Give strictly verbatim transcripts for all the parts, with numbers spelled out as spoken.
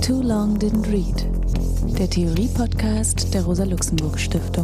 Too Long Didn't Read, der Theorie-Podcast der Rosa-Luxemburg-Stiftung.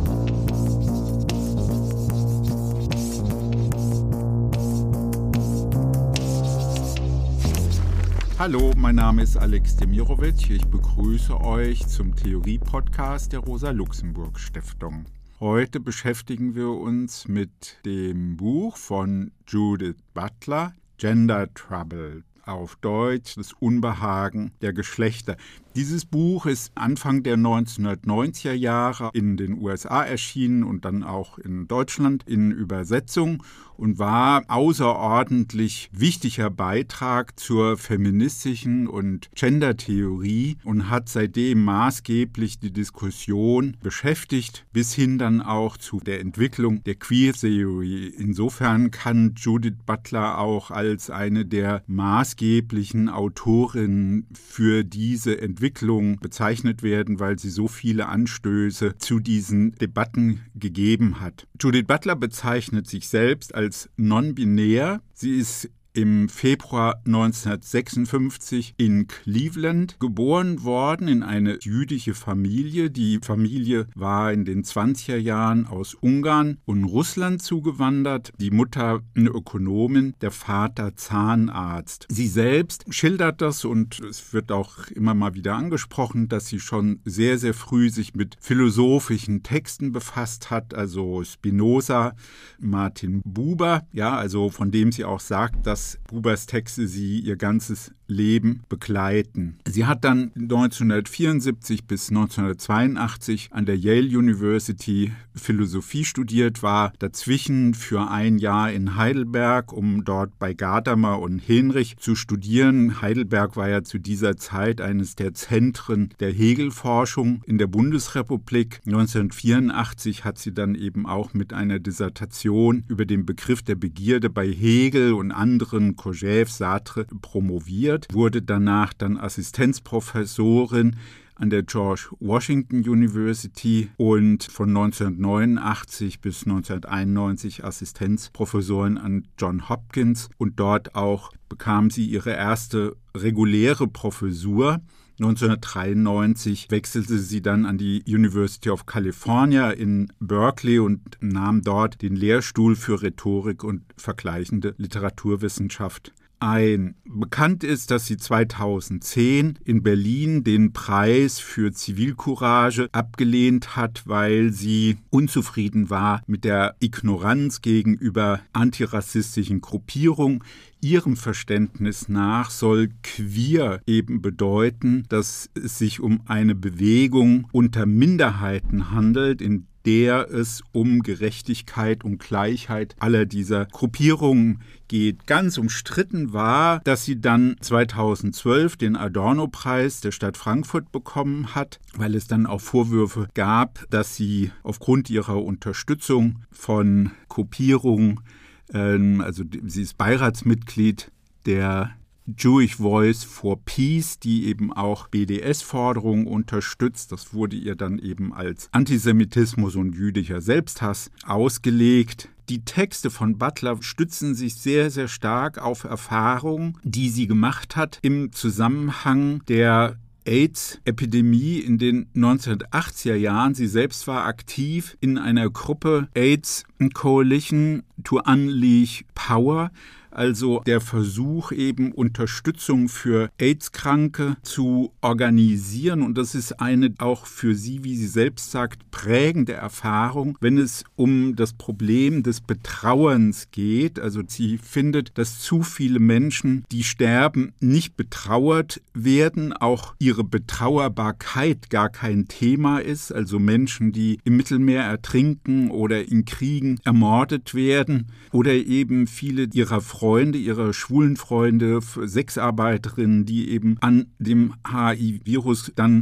Hallo, mein Name ist Alex Demirovic. Ich begrüße euch zum Theorie-Podcast der Rosa-Luxemburg-Stiftung. Heute beschäftigen wir uns mit dem Buch von Judith Butler, Gender Trouble, auf Deutsch das Unbehagen der Geschlechter. Dieses Buch ist Anfang der neunzehnhundertneunziger Jahre in den U S A erschienen und dann auch in Deutschland in Übersetzung und war außerordentlich wichtiger Beitrag zur feministischen und Gendertheorie und hat seitdem maßgeblich die Diskussion beschäftigt, bis hin dann auch zu der Entwicklung der Queer Theory. Insofern kann Judith Butler auch als eine der maßgeblichen Autorinnen für diese Entwicklung bezeichnet werden, weil sie so viele Anstöße zu diesen Debatten gegeben hat. Judith Butler bezeichnet sich selbst als non-binär. Sie ist im Februar neunzehnhundertsechsundfünfzig in Cleveland geboren worden, in eine jüdische Familie. Die Familie war in den zwanziger Jahren aus Ungarn und Russland zugewandert. Die Mutter eine Ökonomin, der Vater Zahnarzt. Sie selbst schildert das und es wird auch immer mal wieder angesprochen, dass sie schon sehr, sehr früh sich mit philosophischen Texten befasst hat, also Spinoza, Martin Buber, ja, also von dem sie auch sagt, dass Bubers Texte sie ihr ganzes Leben begleiten. Sie hat dann neunzehnhundertvierundsiebzig bis neunzehnhundertzweiundachtzig an der Yale University Philosophie studiert, war dazwischen für ein Jahr in Heidelberg, um dort bei Gadamer und Henrich zu studieren. Heidelberg war ja zu dieser Zeit eines der Zentren der Hegel-Forschung in der Bundesrepublik. neunzehnhundertvierundachtzig hat sie dann eben auch mit einer Dissertation über den Begriff der Begierde bei Hegel und anderen Kojève, Sartre promoviert, wurde danach dann Assistenzprofessorin an der George Washington University und von neunzehnhundertneunundachtzig bis neunzehnhunderteinundneunzig Assistenzprofessorin an Johns Hopkins und dort auch bekam sie ihre erste reguläre Professur. neunzehnhundertdreiundneunzig wechselte sie dann an die University of California in Berkeley und nahm dort den Lehrstuhl für Rhetorik und vergleichende Literaturwissenschaft ein. Bekannt ist, dass sie zweitausendzehn in Berlin den Preis für Zivilcourage abgelehnt hat, weil sie unzufrieden war mit der Ignoranz gegenüber antirassistischen Gruppierungen. Ihrem Verständnis nach soll queer eben bedeuten, dass es sich um eine Bewegung unter Minderheiten handelt, in der es um Gerechtigkeit und Gleichheit aller dieser Gruppierungen geht. Ganz umstritten war, dass sie dann zweitausendzwölf den Adorno-Preis der Stadt Frankfurt bekommen hat, weil es dann auch Vorwürfe gab, dass sie aufgrund ihrer Unterstützung von Gruppierungen, ähm, also sie ist Beiratsmitglied der Jewish Voice for Peace, die eben auch B D S-Forderungen unterstützt. Das wurde ihr dann eben als Antisemitismus und jüdischer Selbsthass ausgelegt. Die Texte von Butler stützen sich sehr, sehr stark auf Erfahrungen, die sie gemacht hat im Zusammenhang der AIDS-Epidemie in den neunzehnhundertachtziger Jahren. Sie selbst war aktiv in einer Gruppe AIDS Coalition to Unleash Power, also der Versuch eben Unterstützung für AIDS-Kranke zu organisieren. Und das ist eine auch für sie, wie sie selbst sagt, prägende Erfahrung, wenn es um das Problem des Betrauerns geht. Also sie findet, dass zu viele Menschen, die sterben, nicht betrauert werden, auch ihre Betrauerbarkeit gar kein Thema ist. Also Menschen, die im Mittelmeer ertrinken oder in Kriegen ermordet werden oder eben viele ihrer Freunde, ihre schwulen Freunde, Sexarbeiterinnen, die eben an dem H I V-Virus dann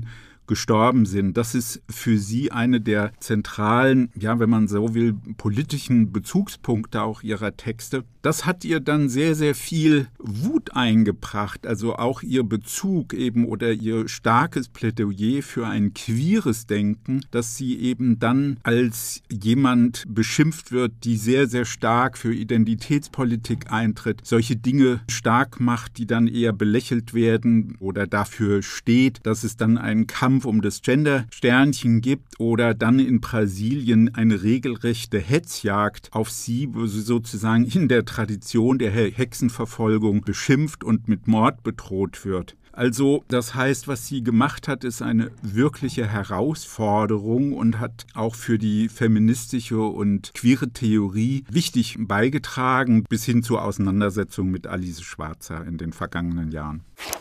gestorben sind. Das ist für sie eine der zentralen, ja, wenn man so will, politischen Bezugspunkte auch ihrer Texte. Das hat ihr dann sehr, sehr viel Wut eingebracht, also auch ihr Bezug eben oder ihr starkes Plädoyer für ein queeres Denken, dass sie eben dann als jemand beschimpft wird, die sehr, sehr stark für Identitätspolitik eintritt, solche Dinge stark macht, die dann eher belächelt werden oder dafür steht, dass es dann einen Kampf um das Gender-Sternchen gibt oder dann in Brasilien eine regelrechte Hetzjagd auf sie, wo sie sozusagen in der Tradition der Hexenverfolgung beschimpft und mit Mord bedroht wird. Also das heißt, was sie gemacht hat, ist eine wirkliche Herausforderung und hat auch für die feministische und queere Theorie wichtig beigetragen, bis hin zur Auseinandersetzung mit Alice Schwarzer in den vergangenen Jahren.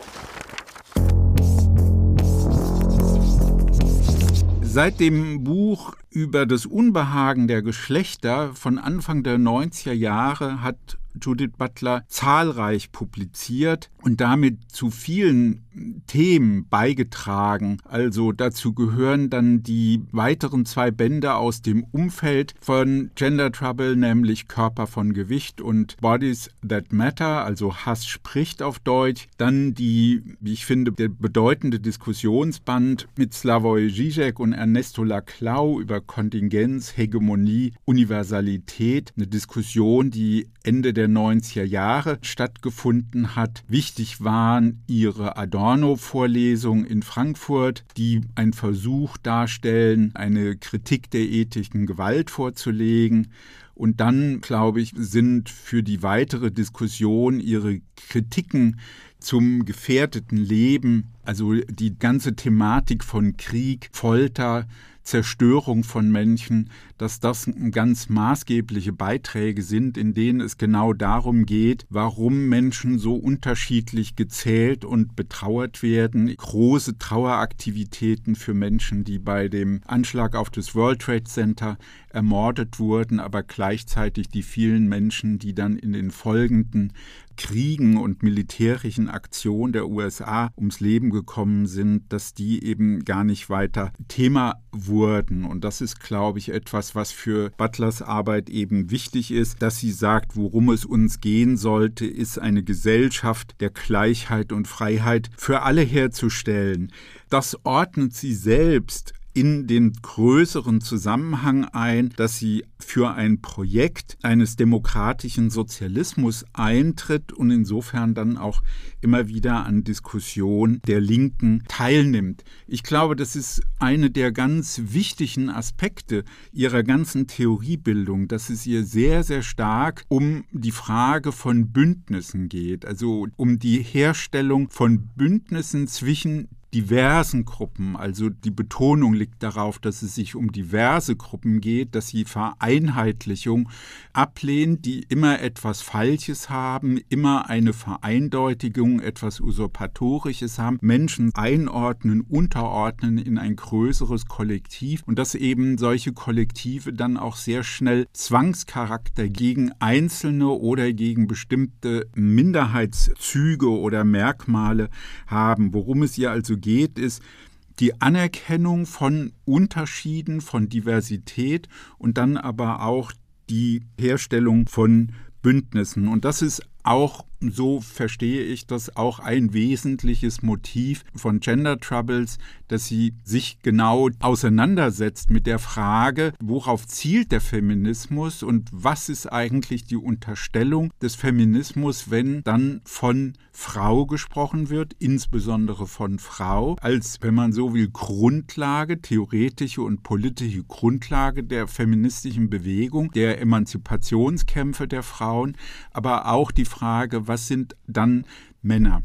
Seit dem Buch über das Unbehagen der Geschlechter von Anfang der neunziger Jahre hat Judith Butler zahlreich publiziert und damit zu vielen Themen beigetragen. Also dazu gehören dann die weiteren zwei Bände aus dem Umfeld von Gender Trouble, nämlich Körper von Gewicht und Bodies That Matter, also Hass spricht auf Deutsch. Dann die, wie ich finde, der bedeutende Diskussionsband mit Slavoj Žižek und Ernesto Laclau über Kontingenz, Hegemonie, Universalität. Eine Diskussion, die Ende der neunziger Jahre stattgefunden hat. Wichtig waren ihre Adorno-Vorlesungen in Frankfurt, die einen Versuch darstellen, eine Kritik der ethischen Gewalt vorzulegen. Und dann, glaube ich, sind für die weitere Diskussion ihre Kritiken zum gefährdeten Leben, also die ganze Thematik von Krieg, Folter, Zerstörung von Menschen, dass das ganz maßgebliche Beiträge sind, in denen es genau darum geht, warum Menschen so unterschiedlich gezählt und betrauert werden. Große Traueraktivitäten für Menschen, die bei dem Anschlag auf das World Trade Center ermordet wurden, aber gleichzeitig die vielen Menschen, die dann in den folgenden Kriegen und militärischen Aktionen der U S A ums Leben gekommen sind, dass die eben gar nicht weiter Thema wurden. Und das ist, glaube ich, etwas, was für Butlers Arbeit eben wichtig ist, dass sie sagt, worum es uns gehen sollte, ist eine Gesellschaft der Gleichheit und Freiheit für alle herzustellen. Das ordnet sie selbst in den größeren Zusammenhang ein, dass sie für ein Projekt eines demokratischen Sozialismus eintritt und insofern dann auch immer wieder an Diskussionen der Linken teilnimmt. Ich glaube, das ist eine der ganz wichtigen Aspekte ihrer ganzen Theoriebildung, dass es ihr sehr, sehr stark um die Frage von Bündnissen geht, also um die Herstellung von Bündnissen zwischen diversen Gruppen, also die Betonung liegt darauf, dass es sich um diverse Gruppen geht, dass sie Vereinheitlichung ablehnt, die immer etwas Falsches haben, immer eine Vereindeutigung, etwas Usurpatorisches haben, Menschen einordnen, unterordnen in ein größeres Kollektiv und dass eben solche Kollektive dann auch sehr schnell Zwangscharakter gegen Einzelne oder gegen bestimmte Minderheitszüge oder Merkmale haben. Worum es ihr also geht, ist die Anerkennung von Unterschieden, von Diversität und dann aber auch die Herstellung von Bündnissen. Und das ist auch, so verstehe ich das, auch ein wesentliches Motiv von Gender Troubles, dass sie sich genau auseinandersetzt mit der Frage, worauf zielt der Feminismus und was ist eigentlich die Unterstellung des Feminismus, wenn dann von Frau gesprochen wird, insbesondere von Frau, als, wenn man so will, Grundlage, theoretische und politische Grundlage der feministischen Bewegung, der Emanzipationskämpfe der Frauen, aber auch die Frage, was sind dann Männer?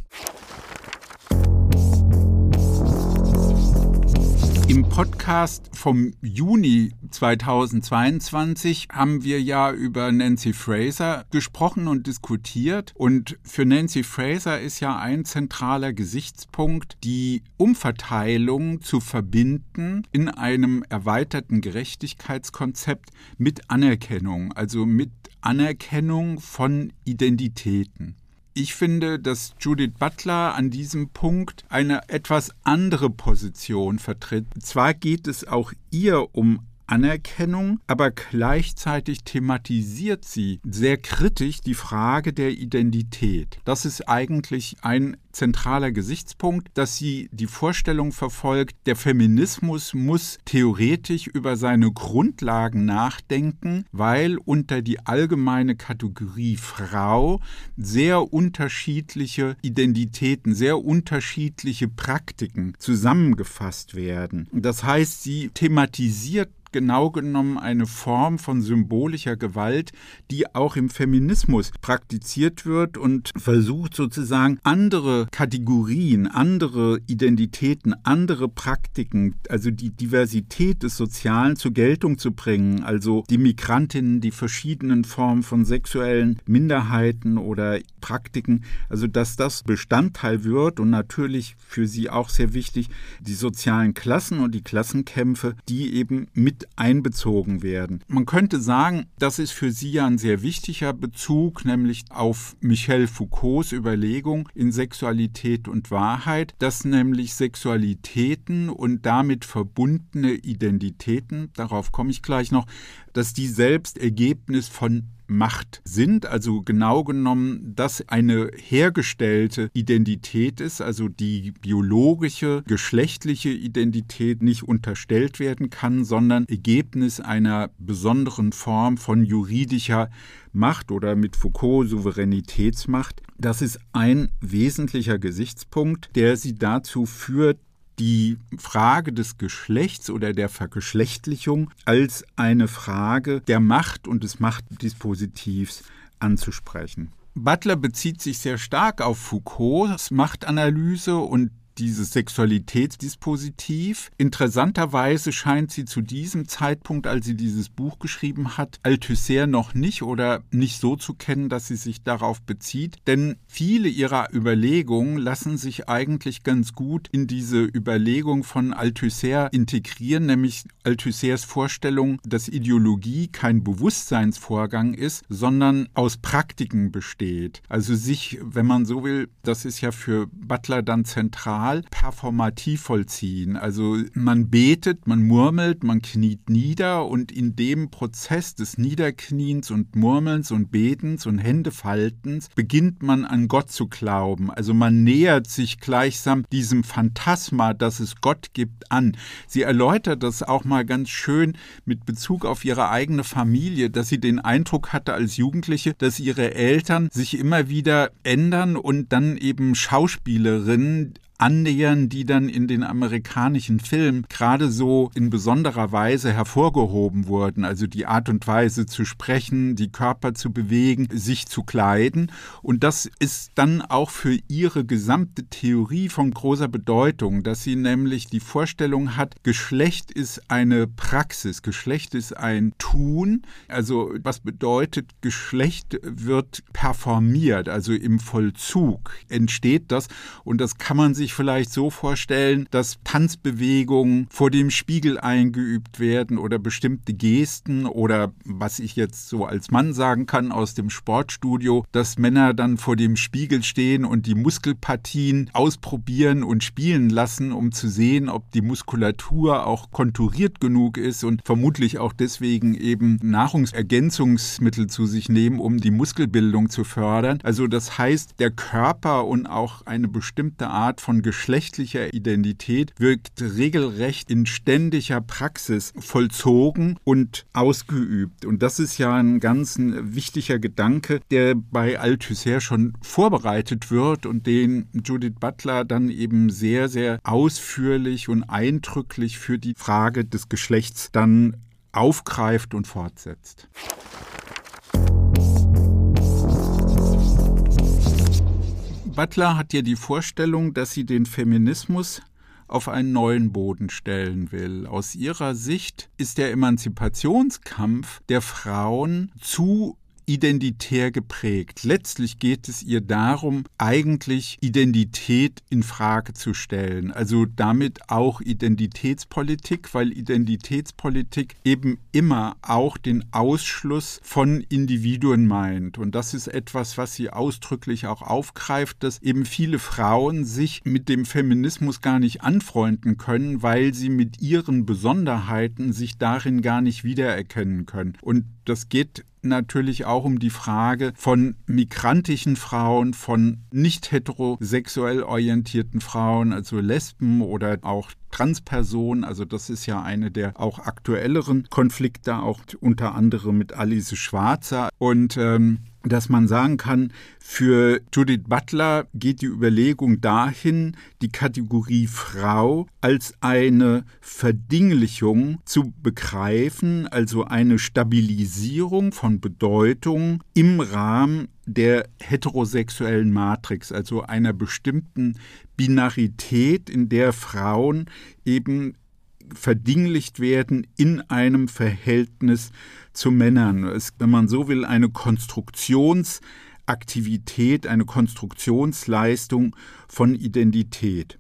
Im Podcast vom Juni zweitausendzweiundzwanzig haben wir ja über Nancy Fraser gesprochen und diskutiert. Und für Nancy Fraser ist ja ein zentraler Gesichtspunkt, die Umverteilung zu verbinden in einem erweiterten Gerechtigkeitskonzept mit Anerkennung, also mit Anerkennung von Identitäten. Ich finde, dass Judith Butler an diesem Punkt eine etwas andere Position vertritt. Zwar geht es auch ihr um Anerkennung, aber gleichzeitig thematisiert sie sehr kritisch die Frage der Identität. Das ist eigentlich ein zentraler Gesichtspunkt, dass sie die Vorstellung verfolgt, der Feminismus muss theoretisch über seine Grundlagen nachdenken, weil unter die allgemeine Kategorie Frau sehr unterschiedliche Identitäten, sehr unterschiedliche Praktiken zusammengefasst werden. Das heißt, sie thematisiert genau genommen eine Form von symbolischer Gewalt, die auch im Feminismus praktiziert wird und versucht sozusagen andere Kategorien, andere Identitäten, andere Praktiken, also die Diversität des Sozialen zur Geltung zu bringen, also die Migrantinnen, die verschiedenen Formen von sexuellen Minderheiten oder Praktiken, also dass das Bestandteil wird und natürlich für sie auch sehr wichtig, die sozialen Klassen und die Klassenkämpfe, die eben mit einbezogen werden. Man könnte sagen, das ist für sie ja ein sehr wichtiger Bezug, nämlich auf Michel Foucaults Überlegung in Sexualität und Wahrheit, dass nämlich Sexualitäten und damit verbundene Identitäten, darauf komme ich gleich noch, dass die selbst Ergebnis von Macht sind, also genau genommen, dass eine hergestellte Identität ist, also die biologische, geschlechtliche Identität nicht unterstellt werden kann, sondern Ergebnis einer besonderen Form von juridischer Macht oder mit Foucault Souveränitätsmacht. Das ist ein wesentlicher Gesichtspunkt, der sie dazu führt, die Frage des Geschlechts oder der Vergeschlechtlichung als eine Frage der Macht und des Machtdispositivs anzusprechen. Butler bezieht sich sehr stark auf Foucaults Machtanalyse und dieses Sexualitätsdispositiv. Interessanterweise scheint sie zu diesem Zeitpunkt, als sie dieses Buch geschrieben hat, Althusser noch nicht oder nicht so zu kennen, dass sie sich darauf bezieht. Denn viele ihrer Überlegungen lassen sich eigentlich ganz gut in diese Überlegung von Althusser integrieren, nämlich Althussers Vorstellung, dass Ideologie kein Bewusstseinsvorgang ist, sondern aus Praktiken besteht. Also sich, wenn man so will, das ist ja für Butler dann zentral, performativ vollziehen. Also man betet, man murmelt, man kniet nieder und in dem Prozess des Niederkniens und Murmelns und Betens und Händefaltens beginnt man an Gott zu glauben. Also man nähert sich gleichsam diesem Phantasma, dass es Gott gibt, an. Sie erläutert das auch mal ganz schön mit Bezug auf ihre eigene Familie, dass sie den Eindruck hatte als Jugendliche, dass ihre Eltern sich immer wieder ändern und dann eben Schauspielerinnen annähern, die dann in den amerikanischen Filmen gerade so in besonderer Weise hervorgehoben wurden. Also die Art und Weise zu sprechen, die Körper zu bewegen, sich zu kleiden. Und das ist dann auch für ihre gesamte Theorie von großer Bedeutung, dass sie nämlich die Vorstellung hat, Geschlecht ist eine Praxis, Geschlecht ist ein Tun. Also was bedeutet, Geschlecht wird performiert, also im Vollzug entsteht das. Und das kann man sich vielleicht so vorstellen, dass Tanzbewegungen vor dem Spiegel eingeübt werden oder bestimmte Gesten oder was ich jetzt so als Mann sagen kann aus dem Sportstudio, dass Männer dann vor dem Spiegel stehen und die Muskelpartien ausprobieren und spielen lassen, um zu sehen, ob die Muskulatur auch konturiert genug ist und vermutlich auch deswegen eben Nahrungsergänzungsmittel zu sich nehmen, um die Muskelbildung zu fördern. Also das heißt, der Körper und auch eine bestimmte Art von geschlechtlicher Identität wirkt regelrecht in ständiger Praxis vollzogen und ausgeübt. Und das ist ja ein ganz wichtiger Gedanke, der bei Althusser schon vorbereitet wird und den Judith Butler dann eben sehr, sehr ausführlich und eindrücklich für die Frage des Geschlechts dann aufgreift und fortsetzt. Butler hat ja die Vorstellung, dass sie den Feminismus auf einen neuen Boden stellen will. Aus ihrer Sicht ist der Emanzipationskampf der Frauen zu identitär geprägt. Letztlich geht es ihr darum, eigentlich Identität in Frage zu stellen. Also damit auch Identitätspolitik, weil Identitätspolitik eben immer auch den Ausschluss von Individuen meint. Und das ist etwas, was sie ausdrücklich auch aufgreift, dass eben viele Frauen sich mit dem Feminismus gar nicht anfreunden können, weil sie mit ihren Besonderheiten sich darin gar nicht wiedererkennen können. Und das geht natürlich auch um die Frage von migrantischen Frauen, von nicht heterosexuell orientierten Frauen, also Lesben oder auch Transpersonen. Also das ist ja eine der auch aktuelleren Konflikte, auch unter anderem mit Alice Schwarzer. Und ähm, dass man sagen kann, für Judith Butler geht die Überlegung dahin, die Kategorie Frau als eine Verdinglichung zu begreifen, also eine Stabilisierung von Bedeutung im Rahmen der heterosexuellen Matrix, also einer bestimmten Binarität, in der Frauen eben verdinglicht werden in einem Verhältnis zu Männern. Es, wenn man so will, eine Konstruktionsaktivität, eine Konstruktionsleistung von Identität.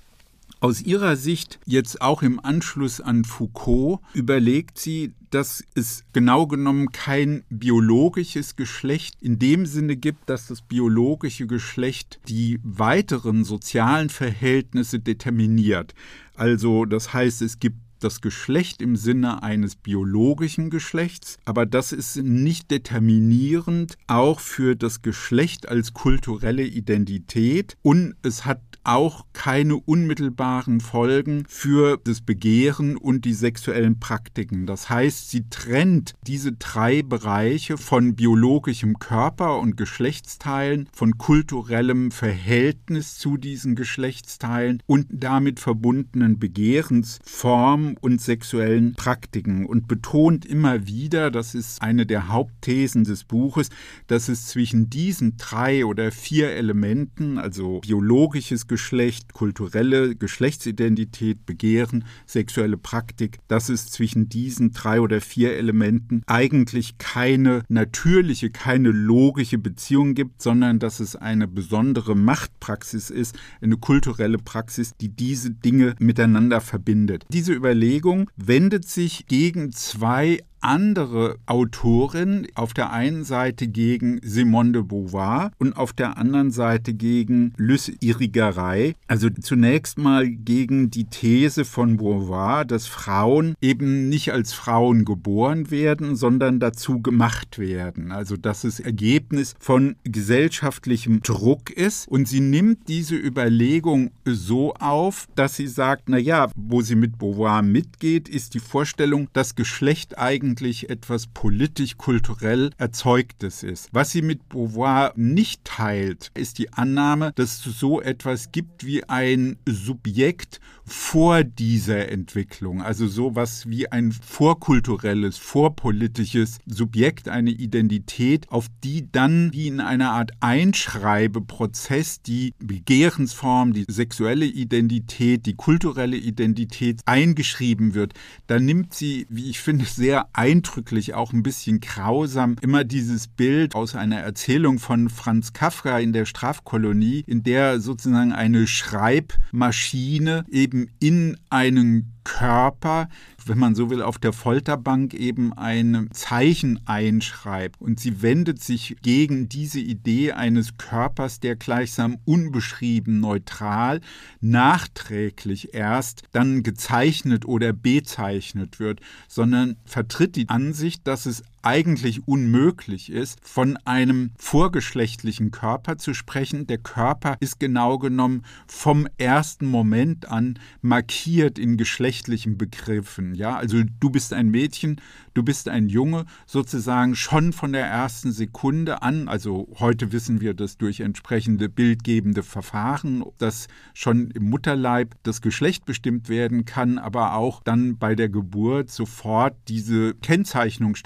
Aus ihrer Sicht, jetzt auch im Anschluss an Foucault, überlegt sie, dass es genau genommen kein biologisches Geschlecht in dem Sinne gibt, dass das biologische Geschlecht die weiteren sozialen Verhältnisse determiniert. Also das heißt, es gibt das Geschlecht im Sinne eines biologischen Geschlechts, aber das ist nicht determinierend auch für das Geschlecht als kulturelle Identität und es hat auch keine unmittelbaren Folgen für das Begehren und die sexuellen Praktiken. Das heißt, sie trennt diese drei Bereiche von biologischem Körper und Geschlechtsteilen, von kulturellem Verhältnis zu diesen Geschlechtsteilen und damit verbundenen Begehrensformen und sexuellen Praktiken und betont immer wieder, das ist eine der Hauptthesen des Buches, dass es zwischen diesen drei oder vier Elementen, also biologisches Geschlecht, kulturelle Geschlechtsidentität, Begehren, sexuelle Praktik, dass es zwischen diesen drei oder vier Elementen eigentlich keine natürliche, keine logische Beziehung gibt, sondern dass es eine besondere Machtpraxis ist, eine kulturelle Praxis, die diese Dinge miteinander verbindet. Diese Überlegung wendet sich gegen zwei andere Autorin, auf der einen Seite gegen Simone de Beauvoir und auf der anderen Seite gegen Luce Irigaray. Also zunächst mal gegen die These von Beauvoir, dass Frauen eben nicht als Frauen geboren werden, sondern dazu gemacht werden. Also dass es Ergebnis von gesellschaftlichem Druck ist. Und sie nimmt diese Überlegung so auf, dass sie sagt, naja, wo sie mit Beauvoir mitgeht, ist die Vorstellung, dass Geschlecht eigentlich eigentlich etwas politisch-kulturell Erzeugtes ist. Was sie mit Beauvoir nicht teilt, ist die Annahme, dass es so etwas gibt wie ein Subjekt vor dieser Entwicklung, also sowas wie ein vorkulturelles, vorpolitisches Subjekt, eine Identität, auf die dann wie in einer Art Einschreibeprozess die Begehrensform, die sexuelle Identität, die kulturelle Identität eingeschrieben wird. Da nimmt sie, wie ich finde, sehr eindrücklich, auch ein bisschen grausam, immer dieses Bild aus einer Erzählung von Franz Kafka in der Strafkolonie, in der sozusagen eine Schreibmaschine eben in einen Körper, wenn man so will, auf der Folterbank eben ein Zeichen einschreibt. Und sie wendet sich gegen diese Idee eines Körpers, der gleichsam unbeschrieben, neutral, nachträglich erst dann gezeichnet oder bezeichnet wird, sondern vertritt die Ansicht, dass es eigentlich unmöglich ist, von einem vorgeschlechtlichen Körper zu sprechen. Der Körper ist genau genommen vom ersten Moment an markiert in geschlechtlichen Begriffen. Ja, also du bist ein Mädchen, du bist ein Junge, sozusagen schon von der ersten Sekunde an. Also heute wissen wir das durch entsprechende bildgebende Verfahren, dass schon im Mutterleib das Geschlecht bestimmt werden kann, aber auch dann bei der Geburt sofort diese Kennzeichnung stattfindet.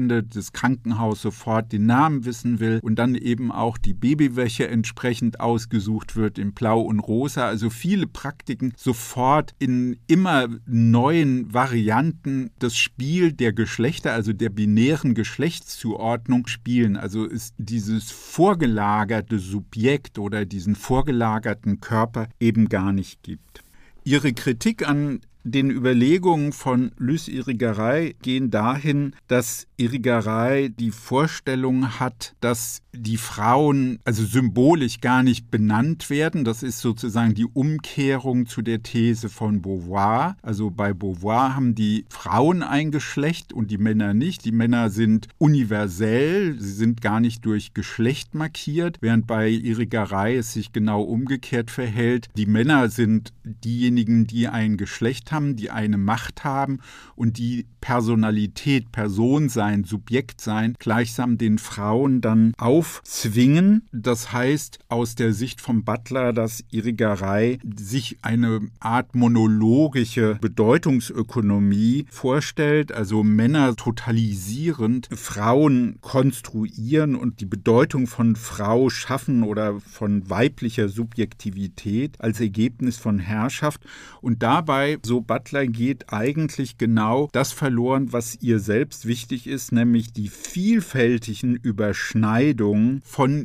Gelände des Krankenhauses sofort den Namen wissen will und dann eben auch die Babywäsche entsprechend ausgesucht wird in Blau und Rosa. Also viele Praktiken sofort in immer neuen Varianten das Spiel der Geschlechter, also der binären Geschlechtszuordnung spielen. Also ist dieses vorgelagerte Subjekt oder diesen vorgelagerten Körper eben gar nicht gibt. Ihre Kritik an den Überlegungen von Luce Irigaray gehen dahin, dass Irigaray die Vorstellung hat, dass die Frauen also symbolisch gar nicht benannt werden. Das ist sozusagen die Umkehrung zu der These von Beauvoir. Also bei Beauvoir haben die Frauen ein Geschlecht und die Männer nicht. Die Männer sind universell, sie sind gar nicht durch Geschlecht markiert, während bei Irigaray es sich genau umgekehrt verhält. Die Männer sind diejenigen, die ein Geschlecht haben, die eine Macht haben und die Personalität, Person sein, Subjekt sein, gleichsam den Frauen dann aufzwingen. Das heißt, aus der Sicht von Butler, dass Irigaray sich eine Art monologische Bedeutungsökonomie vorstellt, also Männer totalisierend Frauen konstruieren und die Bedeutung von Frau schaffen oder von weiblicher Subjektivität als Ergebnis von Herrschaft. Und dabei, so Butler, geht eigentlich genau das verloren, was ihr selbst wichtig ist, nämlich die vielfältigen Überschneidungen von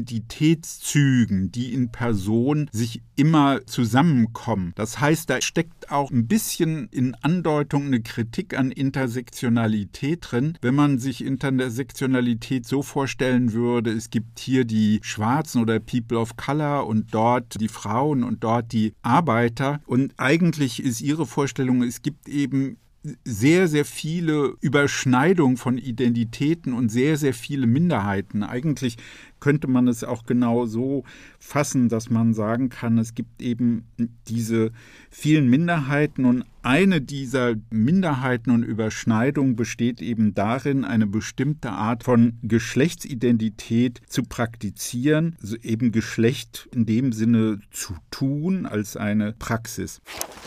Identitätszügen, die in Person sich immer zusammenkommen. Das heißt, da steckt auch ein bisschen in Andeutung eine Kritik an Intersektionalität drin. Wenn man sich Intersektionalität so vorstellen würde, es gibt hier die Schwarzen oder People of Color und dort die Frauen und dort die Arbeiter. Und eigentlich ist ihre Vorstellung, es gibt eben sehr, sehr viele Überschneidungen von Identitäten und sehr, sehr viele Minderheiten. Eigentlich könnte man es auch genau so fassen, dass man sagen kann, es gibt eben diese vielen Minderheiten und eine dieser Minderheiten und Überschneidungen besteht eben darin, eine bestimmte Art von Geschlechtsidentität zu praktizieren, also eben Geschlecht in dem Sinne zu tun als eine Praxis.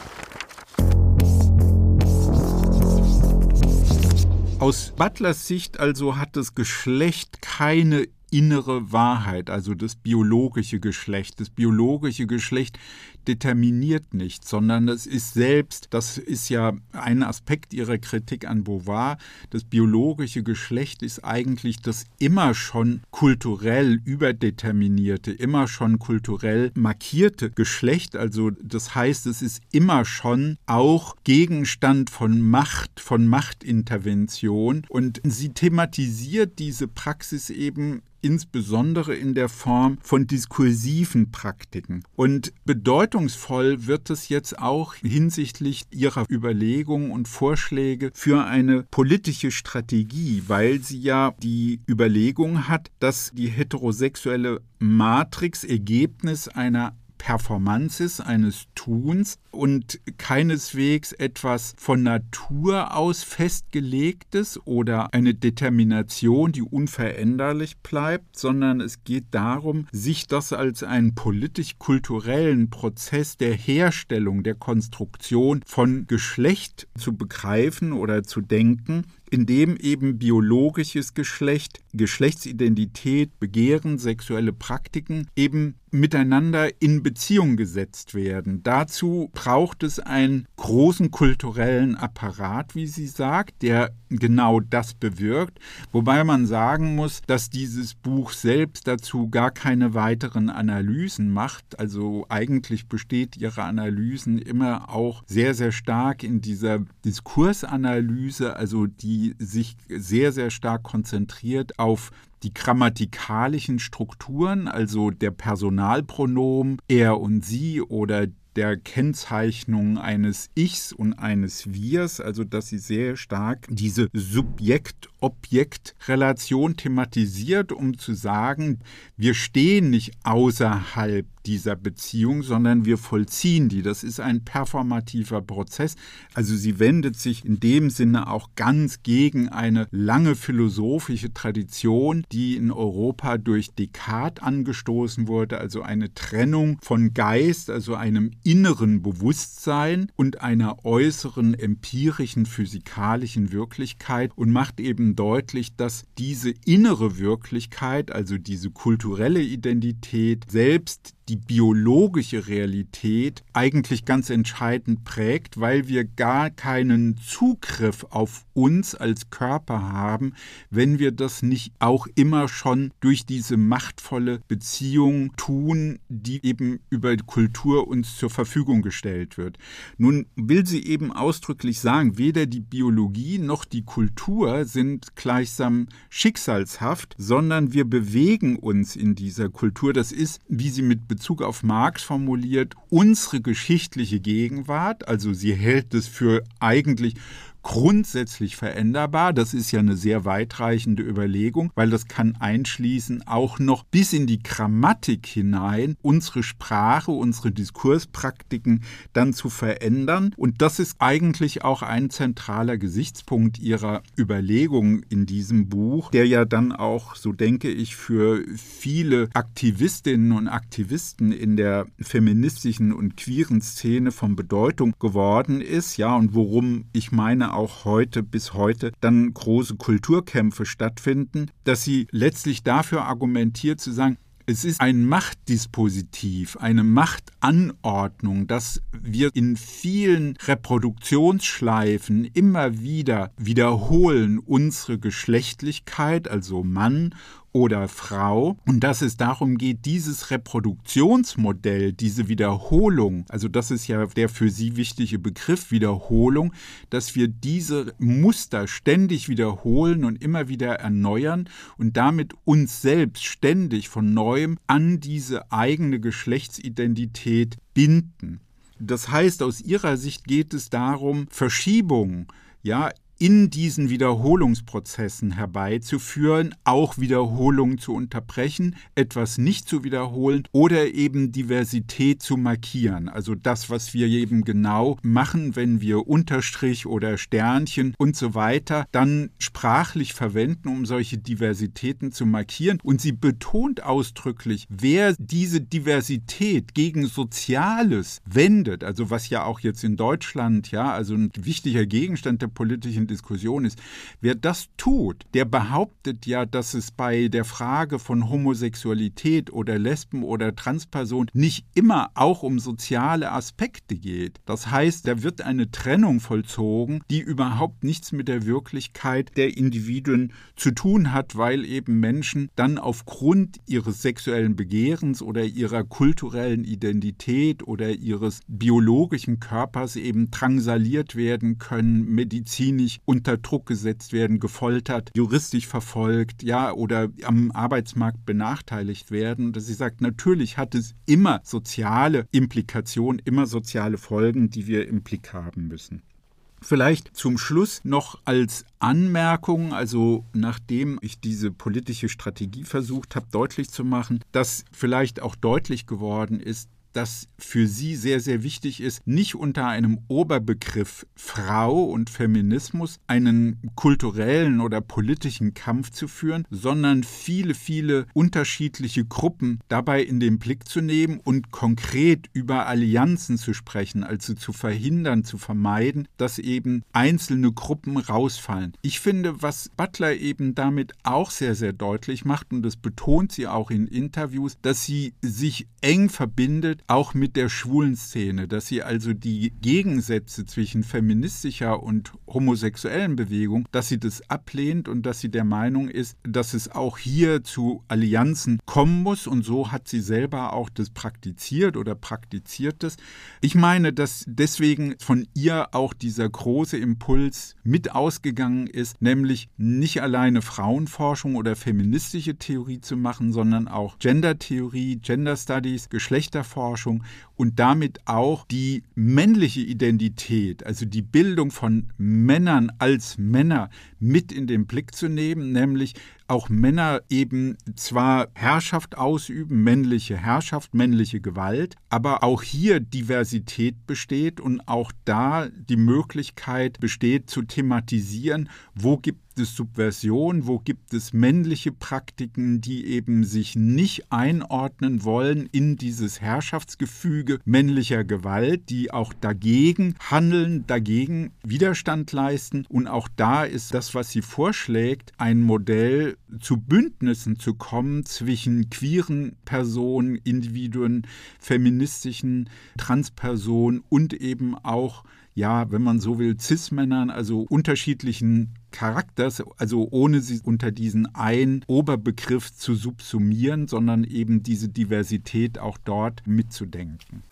Aus Butlers Sicht also hat das Geschlecht keine innere Wahrheit, also das biologische Geschlecht. Das biologische Geschlecht determiniert nichts, sondern es ist selbst, das ist ja ein Aspekt ihrer Kritik an Beauvoir, das biologische Geschlecht ist eigentlich das immer schon kulturell überdeterminierte, immer schon kulturell markierte Geschlecht. Also das heißt, es ist immer schon auch Gegenstand von Macht, von Machtintervention und sie thematisiert diese Praxis eben insbesondere in der Form von diskursiven Praktiken. Und bedeutungsvoll wird es jetzt auch hinsichtlich ihrer Überlegungen und Vorschläge für eine politische Strategie, weil sie ja die Überlegung hat, dass die heterosexuelle Matrix Ergebnis einer Performances, eines Tuns und keineswegs etwas von Natur aus festgelegtes oder eine Determination, die unveränderlich bleibt, sondern es geht darum, sich das als einen politisch-kulturellen Prozess der Herstellung, der Konstruktion von Geschlecht zu begreifen oder zu denken, in dem eben biologisches Geschlecht, Geschlechtsidentität, Begehren, sexuelle Praktiken eben miteinander in Beziehung gesetzt werden. Dazu braucht es einen großen kulturellen Apparat, wie sie sagt, der genau das bewirkt, wobei man sagen muss, dass dieses Buch selbst dazu gar keine weiteren Analysen macht. Also eigentlich besteht ihre Analysen immer auch sehr, sehr stark in dieser Diskursanalyse, also die sich sehr, sehr stark konzentriert auf die grammatikalischen Strukturen, also der Personalpronomen er und sie oder der Kennzeichnung eines Ichs und eines Wirs, also dass sie sehr stark diese Subjekt-Objekt-Relation thematisiert, um zu sagen, wir stehen nicht außerhalb dieser Beziehung, sondern wir vollziehen die. Das ist ein performativer Prozess. Also sie wendet sich in dem Sinne auch ganz gegen eine lange philosophische Tradition, die in Europa durch Descartes angestoßen wurde, also eine Trennung von Geist, also einem inneren Bewusstsein und einer äußeren empirischen physikalischen Wirklichkeit und macht eben eben deutlich, dass diese innere Wirklichkeit, also diese kulturelle Identität, selbst die biologische Realität eigentlich ganz entscheidend prägt, weil wir gar keinen Zugriff auf uns als Körper haben, wenn wir das nicht auch immer schon durch diese machtvolle Beziehung tun, die eben über die Kultur uns zur Verfügung gestellt wird. Nun will sie eben ausdrücklich sagen, weder die Biologie noch die Kultur sind gleichsam schicksalshaft, sondern wir bewegen uns in dieser Kultur. Das ist, wie sie mit Bezug auf Marx formuliert, unsere geschichtliche Gegenwart, also sie hält es für eigentlich grundsätzlich veränderbar. Das ist ja eine sehr weitreichende Überlegung, weil das kann einschließen, auch noch bis in die Grammatik hinein unsere Sprache, unsere Diskurspraktiken dann zu verändern. Und das ist eigentlich auch ein zentraler Gesichtspunkt ihrer Überlegung in diesem Buch, der ja dann auch, so denke ich, für viele Aktivistinnen und Aktivisten in der feministischen und queeren Szene von Bedeutung geworden ist, ja, und worum ich meine, auch heute bis heute dann große Kulturkämpfe stattfinden, dass sie letztlich dafür argumentiert zu sagen, es ist ein Machtdispositiv, eine Machtanordnung, dass wir in vielen Reproduktionsschleifen immer wieder wiederholen unsere Geschlechtlichkeit, also Mann oder Frau, und dass es darum geht, dieses Reproduktionsmodell, diese Wiederholung, also das ist ja der für sie wichtige Begriff Wiederholung, dass wir diese Muster ständig wiederholen und immer wieder erneuern und damit uns selbst ständig von Neuem an diese eigene Geschlechtsidentität binden. Das heißt, aus ihrer Sicht geht es darum, Verschiebungen, ja, in diesen Wiederholungsprozessen herbeizuführen, auch Wiederholungen zu unterbrechen, etwas nicht zu wiederholen oder eben Diversität zu markieren. Also das, was wir eben genau machen, wenn wir Unterstrich oder Sternchen und so weiter dann sprachlich verwenden, um solche Diversitäten zu markieren. Und sie betont ausdrücklich, wer diese Diversität gegen Soziales wendet, also was ja auch jetzt in Deutschland, ja, also ein wichtiger Gegenstand der politischen Diskussion ist. Wer das tut, der behauptet ja, dass es bei der Frage von Homosexualität oder Lesben oder Transperson nicht immer auch um soziale Aspekte geht. Das heißt, da wird eine Trennung vollzogen, die überhaupt nichts mit der Wirklichkeit der Individuen zu tun hat, weil eben Menschen dann aufgrund ihres sexuellen Begehrens oder ihrer kulturellen Identität oder ihres biologischen Körpers eben drangsaliert werden können, medizinisch unter Druck gesetzt werden, gefoltert, juristisch verfolgt, ja, oder am Arbeitsmarkt benachteiligt werden. Dass sie sagt, natürlich hat es immer soziale Implikationen, immer soziale Folgen, die wir im Blick haben müssen. Vielleicht zum Schluss noch als Anmerkung, also nachdem ich diese politische Strategie versucht habe deutlich zu machen, dass vielleicht auch deutlich geworden ist, dass für sie sehr, sehr wichtig ist, nicht unter einem Oberbegriff Frau und Feminismus einen kulturellen oder politischen Kampf zu führen, sondern viele, viele unterschiedliche Gruppen dabei in den Blick zu nehmen und konkret über Allianzen zu sprechen, also zu verhindern, zu vermeiden, dass eben einzelne Gruppen rausfallen. Ich finde, was Butler eben damit auch sehr, sehr deutlich macht, und das betont sie auch in Interviews, dass sie sich eng verbindet, auch mit der schwulen Szene, dass sie also die Gegensätze zwischen feministischer und homosexuellen Bewegung, dass sie das ablehnt und dass sie der Meinung ist, dass es auch hier zu Allianzen kommen muss, und so hat sie selber auch das praktiziert oder praktiziert es. Ich meine, dass deswegen von ihr auch dieser große Impuls mit ausgegangen ist, nämlich nicht alleine Frauenforschung oder feministische Theorie zu machen, sondern auch Gendertheorie, Gender Studies, Geschlechterforschung und damit auch die männliche Identität, also die Bildung von Männern als Männer mit in den Blick zu nehmen, nämlich auch Männer eben zwar Herrschaft ausüben, männliche Herrschaft, männliche Gewalt, aber auch hier Diversität besteht und auch da die Möglichkeit besteht zu thematisieren, wo gibt es Subversion, wo gibt es männliche Praktiken, die eben sich nicht einordnen wollen in dieses Herrschaftsgefüge männlicher Gewalt, die auch dagegen handeln, dagegen Widerstand leisten. Und auch da ist das, was sie vorschlägt, ein Modell, zu Bündnissen zu kommen zwischen queeren Personen, Individuen, feministischen Transpersonen und eben auch, ja, wenn man so will, Cis-Männern, also unterschiedlichen Charakters, also ohne sie unter diesen einen Oberbegriff zu subsumieren, sondern eben diese Diversität auch dort mitzudenken.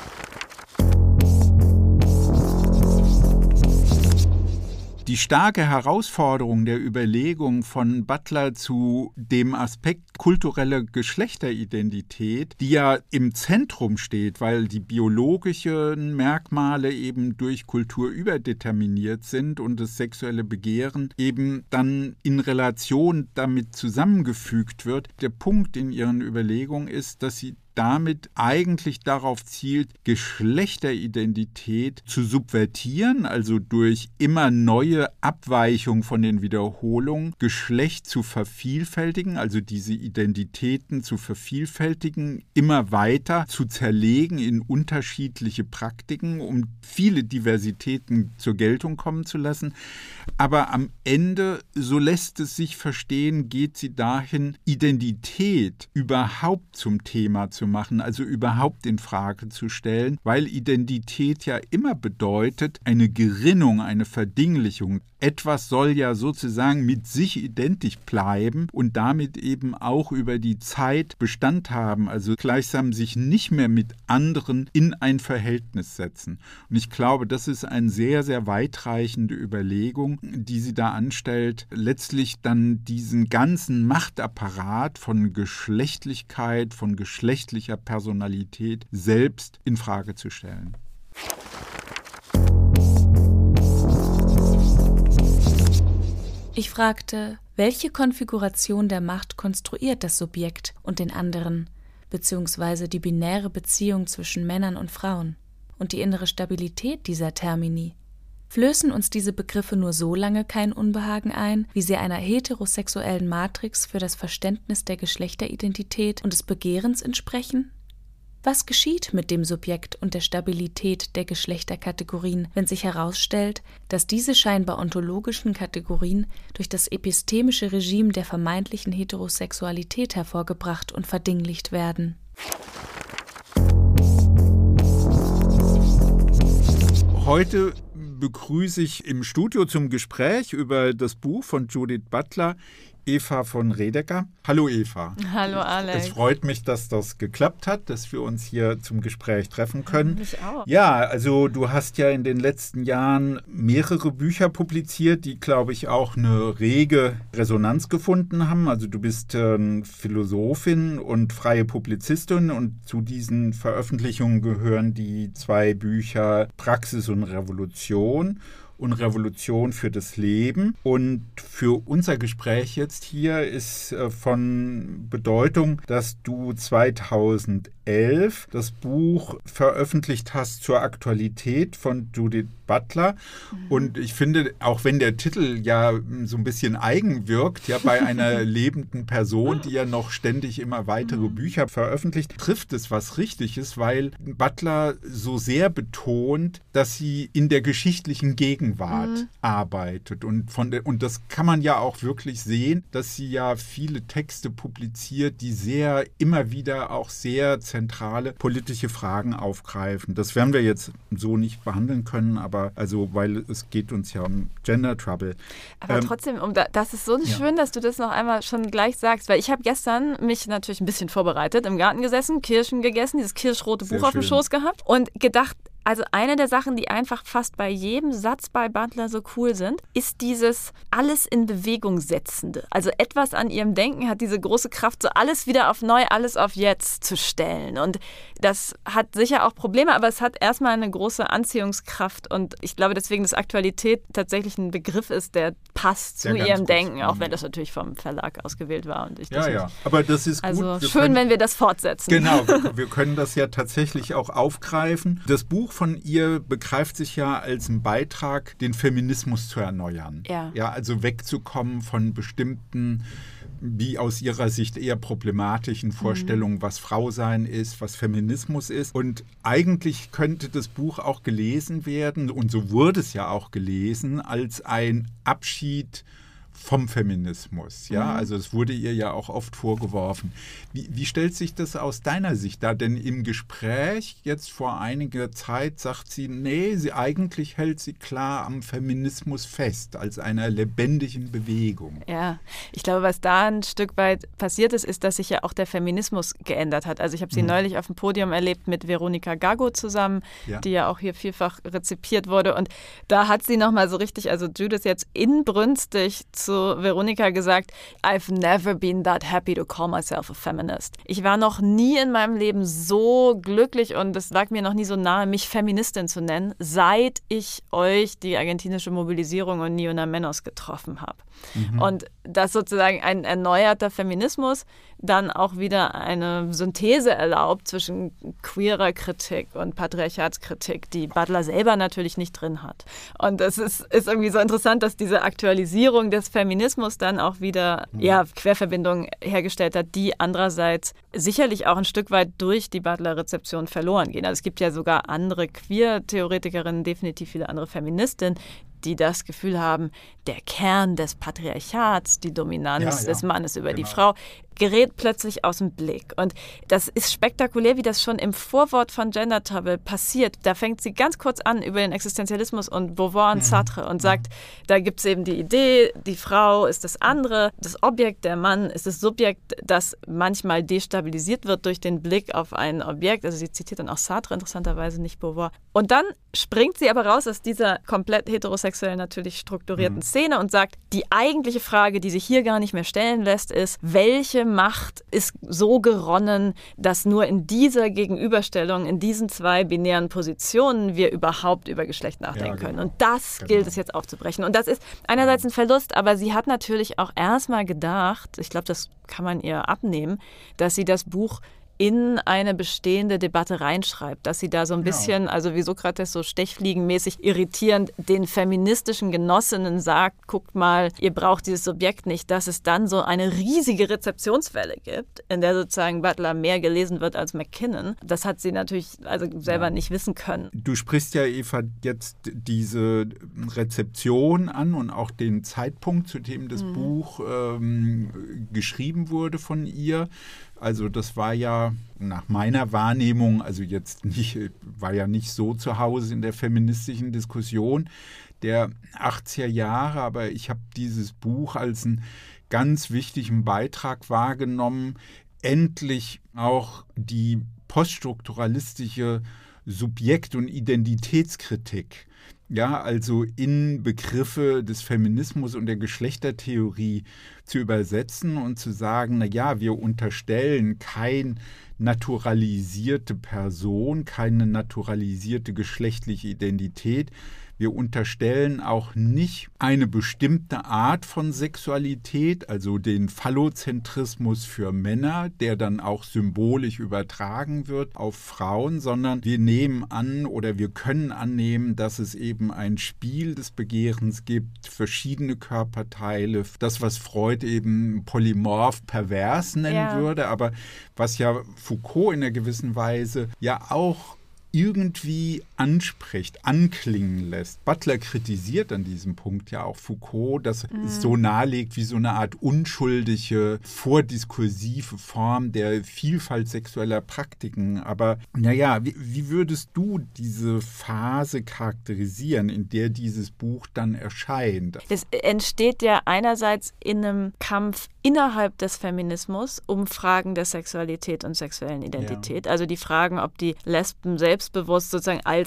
Die starke Herausforderung der Überlegung von Butler zu dem Aspekt kulturelle Geschlechteridentität, die ja im Zentrum steht, weil die biologischen Merkmale eben durch Kultur überdeterminiert sind und das sexuelle Begehren eben dann in Relation damit zusammengefügt wird. Der Punkt in ihren Überlegungen ist, dass sie damit eigentlich darauf zielt, Geschlechteridentität zu subvertieren, also durch immer neue Abweichung von den Wiederholungen, Geschlecht zu vervielfältigen, also diese Identitäten zu vervielfältigen, immer weiter zu zerlegen in unterschiedliche Praktiken, um viele Diversitäten zur Geltung kommen zu lassen. Aber am Ende, so lässt es sich verstehen, geht sie dahin, Identität überhaupt zum Thema zu machen, also überhaupt in Frage zu stellen, weil Identität ja immer bedeutet, eine Gerinnung, eine Verdinglichung. Etwas soll ja sozusagen mit sich identisch bleiben und damit eben auch über die Zeit Bestand haben, also gleichsam sich nicht mehr mit anderen in ein Verhältnis setzen. Und ich glaube, das ist eine sehr, sehr weitreichende Überlegung, die sie da anstellt, letztlich dann diesen ganzen Machtapparat von Geschlechtlichkeit, von geschlechtlicher Personalität selbst in Frage zu stellen. Ich fragte, welche Konfiguration der Macht konstruiert das Subjekt und den anderen, beziehungsweise die binäre Beziehung zwischen Männern und Frauen und die innere Stabilität dieser Termini. Flößen uns diese Begriffe nur so lange kein Unbehagen ein, wie sie einer heterosexuellen Matrix für das Verständnis der Geschlechteridentität und des Begehrens entsprechen? Was geschieht mit dem Subjekt und der Stabilität der Geschlechterkategorien, wenn sich herausstellt, dass diese scheinbar ontologischen Kategorien durch das epistemische Regime der vermeintlichen Heterosexualität hervorgebracht und verdinglicht werden? Heute begrüße ich im Studio zum Gespräch über das Buch von Judith Butler Eva von Redeker. Hallo Eva. Hallo Alex. Es freut mich, dass das geklappt hat, dass wir uns hier zum Gespräch treffen können. Mich auch. Ja, also du hast ja in den letzten Jahren mehrere Bücher publiziert, die, glaube ich, auch eine rege Resonanz gefunden haben. Also du bist äh, Philosophin und freie Publizistin und zu diesen Veröffentlichungen gehören die zwei Bücher Praxis und Revolution und Revolution für das Leben. Und für unser Gespräch jetzt hier ist äh, von Bedeutung, dass du zweitausendelf das Buch veröffentlicht hast zur Aktualität von Judith Butler. Mhm. Und ich finde, auch wenn der Titel ja so ein bisschen eigen wirkt, ja bei einer lebenden Person, die ja noch ständig immer weitere mhm. Bücher veröffentlicht, trifft es was Richtiges, weil Butler so sehr betont, dass sie in der geschichtlichen Gegenwart Mhm. arbeitet. Und, von der, und das kann man ja auch wirklich sehen, dass sie ja viele Texte publiziert, die sehr, immer wieder auch sehr zentrale politische Fragen aufgreifen. Das werden wir jetzt so nicht behandeln können, aber also, weil es geht uns ja um Gender Trouble. Aber ähm, trotzdem, um da, das ist so ja. schön, dass du das noch einmal schon gleich sagst, weil ich habe gestern mich natürlich ein bisschen vorbereitet, im Garten gesessen, Kirschen gegessen, dieses kirschrote Buch sehr auf dem schön. Schoß gehabt und gedacht, Also eine der Sachen, die einfach fast bei jedem Satz bei Butler so cool sind, ist dieses alles in Bewegung setzende. Also etwas an ihrem Denken hat diese große Kraft, so alles wieder auf neu, alles auf jetzt zu stellen. Und das hat sicher auch Probleme, aber es hat erstmal eine große Anziehungskraft. Und ich glaube deswegen, dass Aktualität tatsächlich ein Begriff ist, der passt zu ja, ihrem Denken, auch wenn das natürlich vom Verlag ausgewählt war. Und ich ja, ja, aber das ist also gut. Also schön, können, wenn wir das fortsetzen. Genau, wir, wir können das ja tatsächlich auch aufgreifen. Das Buch von ihr begreift sich ja als ein Beitrag, den Feminismus zu erneuern. Ja. Ja, also wegzukommen von bestimmten, wie aus ihrer Sicht eher problematischen Vorstellungen, mhm. was Frau sein ist, was Feminismus ist. Und eigentlich könnte das Buch auch gelesen werden, und so wurde es ja auch gelesen, als ein Abschied vom Feminismus. Ja, mhm. also es wurde ihr ja auch oft vorgeworfen. Wie, wie stellt sich das aus deiner Sicht dar? Denn im Gespräch jetzt vor einiger Zeit sagt sie, nee, sie eigentlich hält sie klar am Feminismus fest, als einer lebendigen Bewegung. Ja, ich glaube, was da ein Stück weit passiert ist, ist, dass sich ja auch der Feminismus geändert hat. Also ich habe sie mhm. neulich auf dem Podium erlebt mit Veronika Gago zusammen, ja. die ja auch hier vielfach rezipiert wurde. Und da hat sie nochmal so richtig, also Judith jetzt inbrünstig zu Veronika gesagt, I've never been that happy to call myself a feminist. Ich war noch nie in meinem Leben so glücklich und es lag mir noch nie so nahe, mich Feministin zu nennen, seit ich euch die argentinische Mobilisierung und Ni Una Menos getroffen habe. Mhm. Und dass sozusagen ein erneuerter Feminismus dann auch wieder eine Synthese erlaubt zwischen queerer Kritik und Patriarchatskritik, die Butler selber natürlich nicht drin hat. Und es ist, ist irgendwie so interessant, dass diese Aktualisierung des Feminismus dann auch wieder mhm. ja, Querverbindungen hergestellt hat, die andererseits sicherlich auch ein Stück weit durch die Butler-Rezeption verloren gehen. Also es gibt ja sogar andere Queer-Theoretikerinnen, definitiv viele andere Feministinnen, die das Gefühl haben, der Kern des Patriarchats, die Dominanz ja, ja. des Mannes über genau. die Frau, gerät plötzlich aus dem Blick. Und das ist spektakulär, wie das schon im Vorwort von Gender Trouble passiert. Da fängt sie ganz kurz an über den Existenzialismus und Beauvoir und mhm. Sartre und sagt, da gibt es eben die Idee, die Frau ist das andere, das Objekt, der Mann ist das Subjekt, das manchmal destabilisiert wird durch den Blick auf ein Objekt. Also sie zitiert dann auch Sartre, interessanterweise nicht Beauvoir. Und dann springt sie aber raus aus dieser komplett heterosexuell natürlich strukturierten mhm. Szene und sagt, die eigentliche Frage, die sich hier gar nicht mehr stellen lässt, ist, welche Macht ist so geronnen, dass nur in dieser Gegenüberstellung, in diesen zwei binären Positionen wir überhaupt über Geschlecht nachdenken ja, genau. können. Und das genau. gilt es jetzt aufzubrechen. Und das ist einerseits ein Verlust, aber sie hat natürlich auch erstmal gedacht, ich glaube, das kann man ihr abnehmen, dass sie das Buch in eine bestehende Debatte reinschreibt, dass sie da so ein bisschen, ja. also wie Sokrates so stechfliegenmäßig irritierend den feministischen Genossinnen sagt, guckt mal, ihr braucht dieses Subjekt nicht, dass es dann so eine riesige Rezeptionswelle gibt, in der sozusagen Butler mehr gelesen wird als Mackinnon. Das hat sie natürlich also selber ja. nicht wissen können. Du sprichst ja, Eva, jetzt diese Rezeption an und auch den Zeitpunkt, zu dem das mhm. Buch ähm, geschrieben wurde von ihr. Also das war ja nach meiner Wahrnehmung, also jetzt nicht, war ja nicht so zu Hause in der feministischen Diskussion der achtziger Jahre, aber ich habe dieses Buch als einen ganz wichtigen Beitrag wahrgenommen, endlich auch die poststrukturalistische Subjekt- und Identitätskritik, ja, also in Begriffe des Feminismus und der Geschlechtertheorie zu übersetzen und zu sagen, na ja, wir unterstellen keine naturalisierte Person, keine naturalisierte geschlechtliche Identität. Wir unterstellen auch nicht eine bestimmte Art von Sexualität, also den Phallozentrismus für Männer, der dann auch symbolisch übertragen wird auf Frauen, sondern wir nehmen an oder wir können annehmen, dass es eben ein Spiel des Begehrens gibt, verschiedene Körperteile, das, was Freud eben polymorph pervers nennen ja. würde, aber was ja Foucault in einer gewissen Weise ja auch irgendwie anspricht, anklingen lässt. Butler kritisiert an diesem Punkt ja auch Foucault, dass mm. es so nahelegt wie so eine Art unschuldige, vordiskursive Form der Vielfalt sexueller Praktiken. Aber naja, wie, wie würdest du diese Phase charakterisieren, in der dieses Buch dann erscheint? Es entsteht ja einerseits in einem Kampf innerhalb des Feminismus um Fragen der Sexualität und sexuellen Identität. Ja. Also die Fragen, ob die Lesben selbstbewusst sozusagen als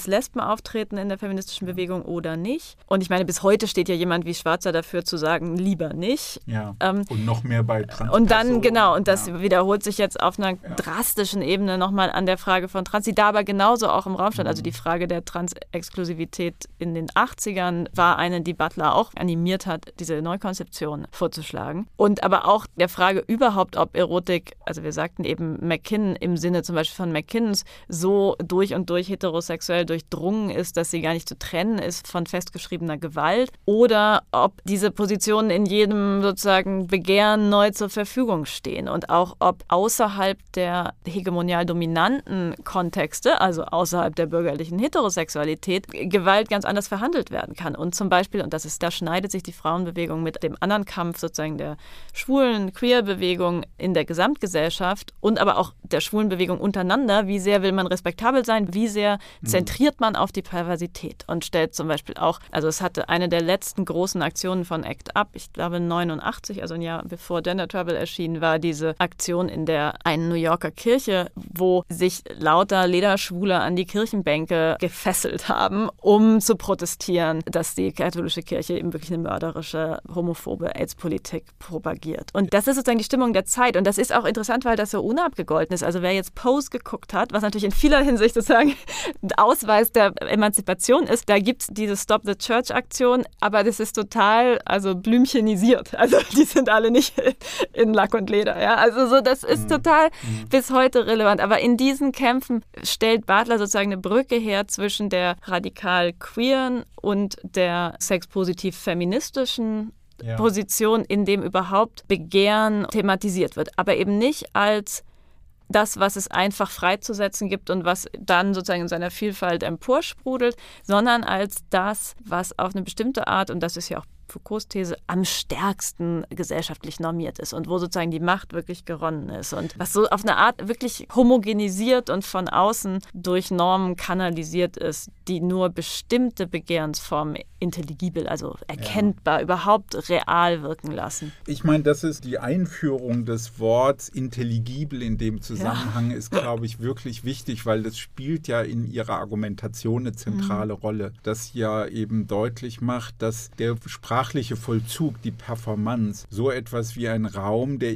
als Lesben auftreten in der feministischen Bewegung oder nicht. Und ich meine, bis heute steht ja jemand wie Schwarzer dafür zu sagen, lieber nicht. Ja. Ähm, und noch mehr bei Transpersonen. Und dann, genau, und das ja. wiederholt sich jetzt auf einer ja. drastischen Ebene nochmal an der Frage von Trans, die da aber genauso auch im Raum stand. Mhm. Also die Frage der Trans-Exklusivität in den achtzigern war eine, die Butler auch animiert hat, diese Neukonzeption vorzuschlagen. Und aber auch der Frage überhaupt, ob Erotik, also wir sagten eben McKinnon im Sinne zum Beispiel von McKinnons, so durch und durch heterosexuell durchdrungen ist, dass sie gar nicht zu trennen ist von festgeschriebener Gewalt, oder ob diese Positionen in jedem sozusagen Begehren neu zur Verfügung stehen und auch ob außerhalb der hegemonial dominanten Kontexte, also außerhalb der bürgerlichen Heterosexualität, Gewalt ganz anders verhandelt werden kann. Und zum Beispiel, und das ist, da schneidet sich die Frauenbewegung mit dem anderen Kampf sozusagen der schwulen Queer-Bewegung in der Gesamtgesellschaft und aber auch der schwulen Bewegung untereinander, wie sehr will man respektabel sein, wie sehr zentriert man auf die Perversität und stellt zum Beispiel auch, also es hatte eine der letzten großen Aktionen von ACT UP, ich glaube neunundachtzig, also ein Jahr bevor Gender Trouble erschien, war diese Aktion in der einen New Yorker Kirche, wo sich lauter Lederschwule an die Kirchenbänke gefesselt haben, um zu protestieren, dass die katholische Kirche eben wirklich eine mörderische, homophobe AIDS-Politik propagiert. Und das ist sozusagen die Stimmung der Zeit. Und das ist auch interessant, weil das so unabgegolten ist. Also wer jetzt Pose geguckt hat, was natürlich in vieler Hinsicht sozusagen Ausweis der Emanzipation ist, da gibt es diese Stop the Church-Aktion, aber das ist total also blümchenisiert. Also die sind alle nicht in Lack und Leder. Ja? Also so, das ist total bis heute relevant. Aber in diesen Kämpfen stellt Butler sozusagen eine Brücke her zwischen der radikal queeren und der sexpositiv-feministischen ja. Position, in dem überhaupt Begehren thematisiert wird. Aber eben nicht als das, was es einfach freizusetzen gibt und was dann sozusagen in seiner Vielfalt emporsprudelt, sondern als das, was auf eine bestimmte Art, und das ist ja auch Foucaults These, am stärksten gesellschaftlich normiert ist und wo sozusagen die Macht wirklich geronnen ist und was so auf eine Art wirklich homogenisiert und von außen durch Normen kanalisiert ist, die nur bestimmte Begehrensformen intelligibel, also erkennbar, ja. überhaupt real wirken lassen. Ich meine, das ist die Einführung des Worts intelligibel in dem Zusammenhang ja. ist, glaube ich, wirklich wichtig, weil das spielt ja in ihrer Argumentation eine zentrale mhm. Rolle, das ja eben deutlich macht, dass der sprachliche Vollzug, die Performance, so etwas wie ein Raum der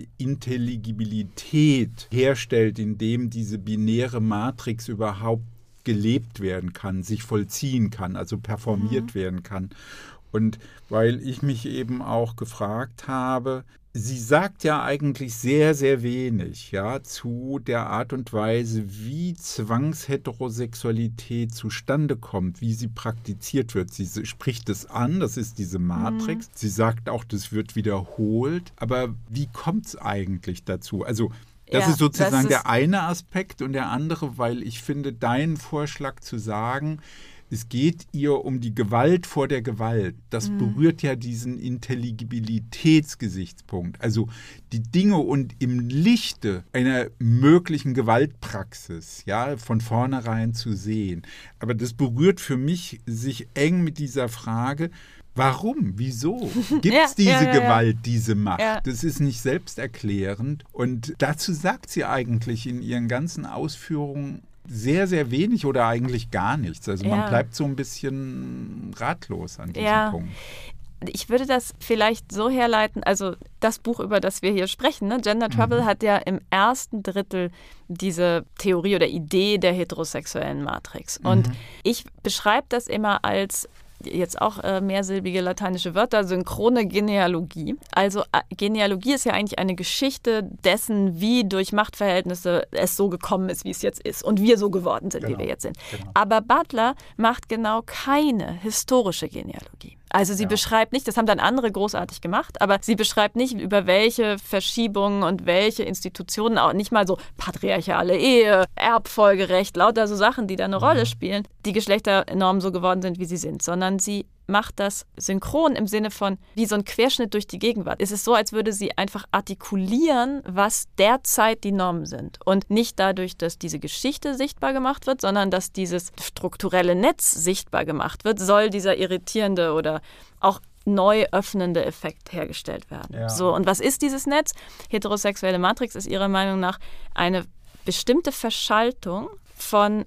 Intelligibilität herstellt, in dem diese binäre Matrix überhaupt gelebt werden kann, sich vollziehen kann, also performiert mhm. werden kann. Und weil ich mich eben auch gefragt habe, sie sagt ja eigentlich sehr, sehr wenig ja, zu der Art und Weise, wie Zwangsheterosexualität zustande kommt, wie sie praktiziert wird. Sie spricht es an, das ist diese Matrix. Mhm. Sie sagt auch, das wird wiederholt. Aber wie kommt es eigentlich dazu? Also das ja, ist sozusagen das ist der eine Aspekt und der andere, weil ich finde, deinen Vorschlag zu sagen, es geht ihr um die Gewalt vor der Gewalt. Das mhm. berührt ja diesen Intelligibilitätsgesichtspunkt. Also die Dinge und im Lichte einer möglichen Gewaltpraxis ja, von vornherein zu sehen. Aber das berührt für mich sich eng mit dieser Frage, warum? Wieso? Gibt es ja, diese ja, ja, Gewalt, ja. diese Macht? Ja. Das ist nicht selbsterklärend. Und dazu sagt sie eigentlich in ihren ganzen Ausführungen sehr, sehr wenig oder eigentlich gar nichts. Also man ja. bleibt so ein bisschen ratlos an diesem ja. Punkt. Ich würde das vielleicht so herleiten, also das Buch, über das wir hier sprechen, ne, Gender Trouble, mhm. hat ja im ersten Drittel diese Theorie oder Idee der heterosexuellen Matrix. Und mhm. ich beschreibe das immer als jetzt auch äh, mehrsilbige lateinische Wörter, synchrone Genealogie. Also äh, Genealogie ist ja eigentlich eine Geschichte dessen, wie durch Machtverhältnisse es so gekommen ist, wie es jetzt ist und wir so geworden sind, genau. wie wir jetzt sind. Genau. Aber Butler macht genau keine historische Genealogie. Also sie ja. beschreibt nicht, das haben dann andere großartig gemacht, aber sie beschreibt nicht, über welche Verschiebungen und welche Institutionen, auch nicht mal so patriarchale Ehe, Erbfolgerecht, lauter so Sachen, die da eine mhm. Rolle spielen, die Geschlechternormen so geworden sind, wie sie sind, sondern sie macht das synchron im Sinne von wie so ein Querschnitt durch die Gegenwart. Es ist so, als würde sie einfach artikulieren, was derzeit die Normen sind. Und nicht dadurch, dass diese Geschichte sichtbar gemacht wird, sondern dass dieses strukturelle Netz sichtbar gemacht wird, soll dieser irritierende oder auch neu öffnende Effekt hergestellt werden. Ja. So, und was ist dieses Netz? Heterosexuelle Matrix ist ihrer Meinung nach eine bestimmte Verschaltung von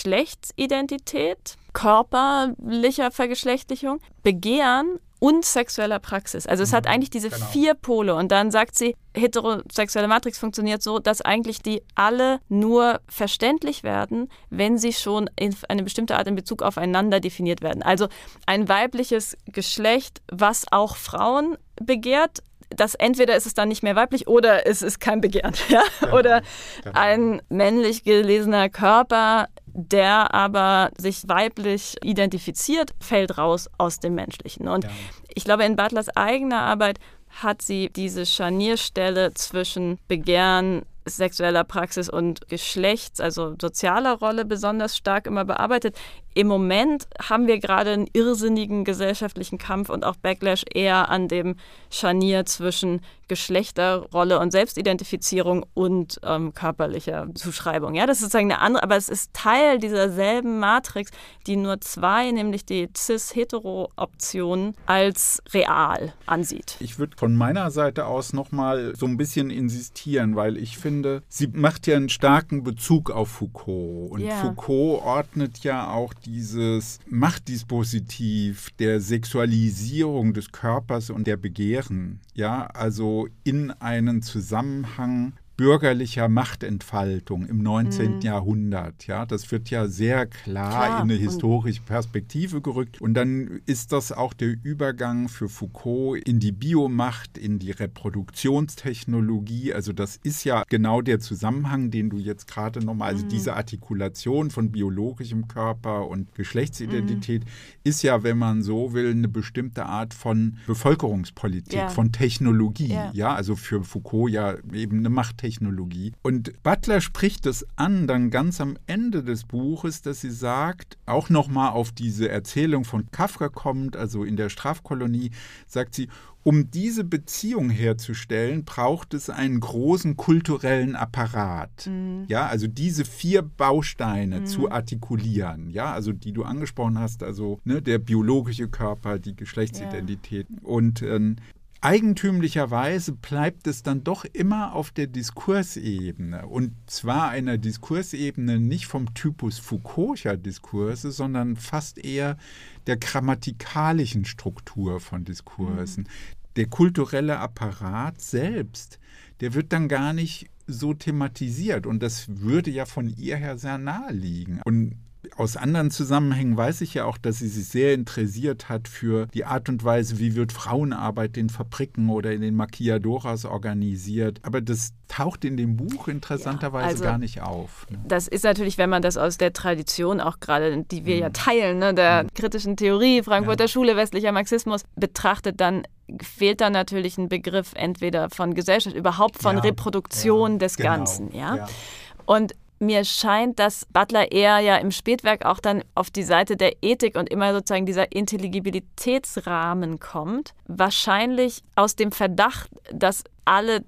Geschlechtsidentität, körperlicher Vergeschlechtlichung, Begehren und sexueller Praxis. Also es hat eigentlich diese genau. vier Pole. Und dann sagt sie, heterosexuelle Matrix funktioniert so, dass eigentlich die alle nur verständlich werden, wenn sie schon in eine bestimmte Art in Bezug aufeinander definiert werden. Also ein weibliches Geschlecht, was auch Frauen begehrt, das entweder ist es dann nicht mehr weiblich oder es ist kein Begehren. Ja? Genau, oder genau. ein männlich gelesener Körper, der aber sich weiblich identifiziert, fällt raus aus dem Menschlichen. Und ja. ich glaube, in Butlers eigener Arbeit hat sie diese Scharnierstelle zwischen Begehren, sexueller Praxis und Geschlechts-, also sozialer Rolle besonders stark immer bearbeitet. Im Moment haben wir gerade einen irrsinnigen gesellschaftlichen Kampf und auch Backlash eher an dem Scharnier zwischen Geschlechterrolle und Selbstidentifizierung und ähm, körperlicher Zuschreibung. Ja, das ist sozusagen eine andere, aber es ist Teil dieser selben Matrix, die nur zwei, nämlich die cis-hetero-Option, als real ansieht. Ich würde von meiner Seite aus nochmal so ein bisschen insistieren, weil ich finde, sie macht ja einen starken Bezug auf Foucault. Und yeah. Foucault ordnet ja auch dieses Machtdispositiv der Sexualisierung des Körpers und der Begehren, ja, also in einen Zusammenhang bürgerlicher Machtentfaltung im neunzehnten. Mhm. Jahrhundert. Ja, das wird ja sehr klar, klar. in eine historische Perspektive gerückt. Und dann ist das auch der Übergang für Foucault in die Biomacht, in die Reproduktionstechnologie. Also das ist ja genau der Zusammenhang, den du jetzt gerade nochmal, also mhm. diese Artikulation von biologischem Körper und Geschlechtsidentität mhm. ist ja, wenn man so will, eine bestimmte Art von Bevölkerungspolitik, ja. von Technologie. Ja. ja, also für Foucault ja eben eine Machttechnologie. Technologie. Und Butler spricht es an, dann ganz am Ende des Buches, dass sie sagt, auch nochmal auf diese Erzählung von Kafka kommt, also in der Strafkolonie, sagt sie, um diese Beziehung herzustellen, braucht es einen großen kulturellen Apparat. Mhm. Ja, also diese vier Bausteine mhm. zu artikulieren, ja, also die du angesprochen hast, also ne, der biologische Körper, die Geschlechtsidentität. Ja. Und ähm, eigentümlicherweise bleibt es dann doch immer auf der Diskursebene. Und zwar einer Diskursebene nicht vom Typus Foucault'scher Diskurse, sondern fast eher der grammatikalischen Struktur von Diskursen. Mhm. Der kulturelle Apparat selbst, der wird dann gar nicht so thematisiert. Und das würde ja von ihr her sehr nahe liegen. Und aus anderen Zusammenhängen weiß ich ja auch, dass sie sich sehr interessiert hat für die Art und Weise, wie wird Frauenarbeit in Fabriken oder in den Maquiadoras organisiert. Aber das taucht in dem Buch interessanterweise ja, also gar nicht auf. Ne? Das ist natürlich, wenn man das aus der Tradition auch gerade, die wir mhm. ja teilen, ne, der mhm. kritischen Theorie, Frankfurter ja. Schule, westlicher Marxismus, betrachtet, dann fehlt da natürlich ein Begriff entweder von Gesellschaft, überhaupt von ja, Reproduktion ja, des genau, Ganzen. Ja? ja. Und mir scheint, dass Butler eher ja im Spätwerk auch dann auf die Seite der Ethik und immer sozusagen dieser Intelligibilitätsrahmen kommt. Wahrscheinlich aus dem Verdacht, dass alle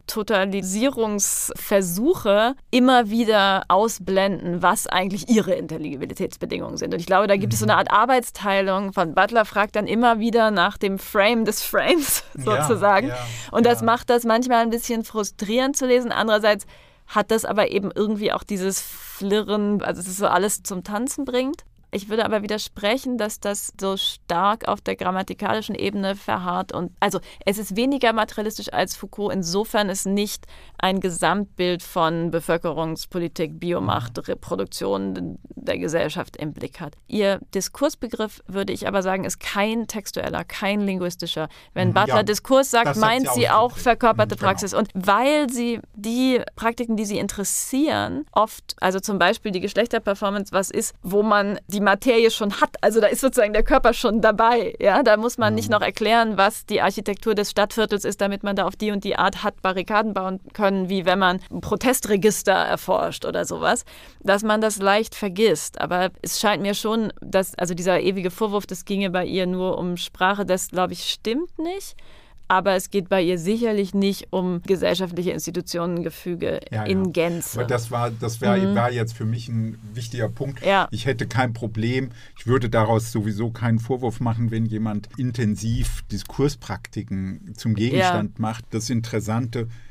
Totalisierungsversuche immer wieder ausblenden, was eigentlich ihre Intelligibilitätsbedingungen sind. Und ich glaube, da gibt es so eine Art Arbeitsteilung von Butler, fragt dann immer wieder nach dem Frame des Frames sozusagen. Ja, ja, und das ja. macht das manchmal ein bisschen frustrierend zu lesen. Andererseits hat das aber eben irgendwie auch dieses Flirren, also es ist so alles zum Tanzen bringt. Ich würde aber widersprechen, dass das so stark auf der grammatikalischen Ebene verharrt. Und also es ist weniger materialistisch als Foucault, insofern es nicht ein Gesamtbild von Bevölkerungspolitik, Biomacht, Reproduktion der Gesellschaft im Blick hat. Ihr Diskursbegriff, würde ich aber sagen, ist kein textueller, kein linguistischer. Wenn Butler ja, Diskurs sagt, meint sie auch verkörperte genau. Praxis. Und weil sie die Praktiken, die sie interessieren, oft, also zum Beispiel die Geschlechterperformance, was ist, wo man die die Materie schon hat. Also da ist sozusagen der Körper schon dabei. Ja? Da muss man nicht noch erklären, was die Architektur des Stadtviertels ist, damit man da auf die und die Art hat Barrikaden bauen können, wie wenn man ein Protestregister erforscht oder sowas, dass man das leicht vergisst. Aber es scheint mir schon, dass also dieser ewige Vorwurf, das ginge bei ihr nur um Sprache, das glaube ich stimmt nicht. Aber es geht bei ihr sicherlich nicht um gesellschaftliche Institutionengefüge ja, in ja. Gänze. Aber das war, das war, mhm. war jetzt für mich ein wichtiger Punkt. Ja. Ich hätte kein Problem, ich würde daraus sowieso keinen Vorwurf machen, wenn jemand intensiv Diskurspraktiken zum Gegenstand ja. macht. Das Interessante,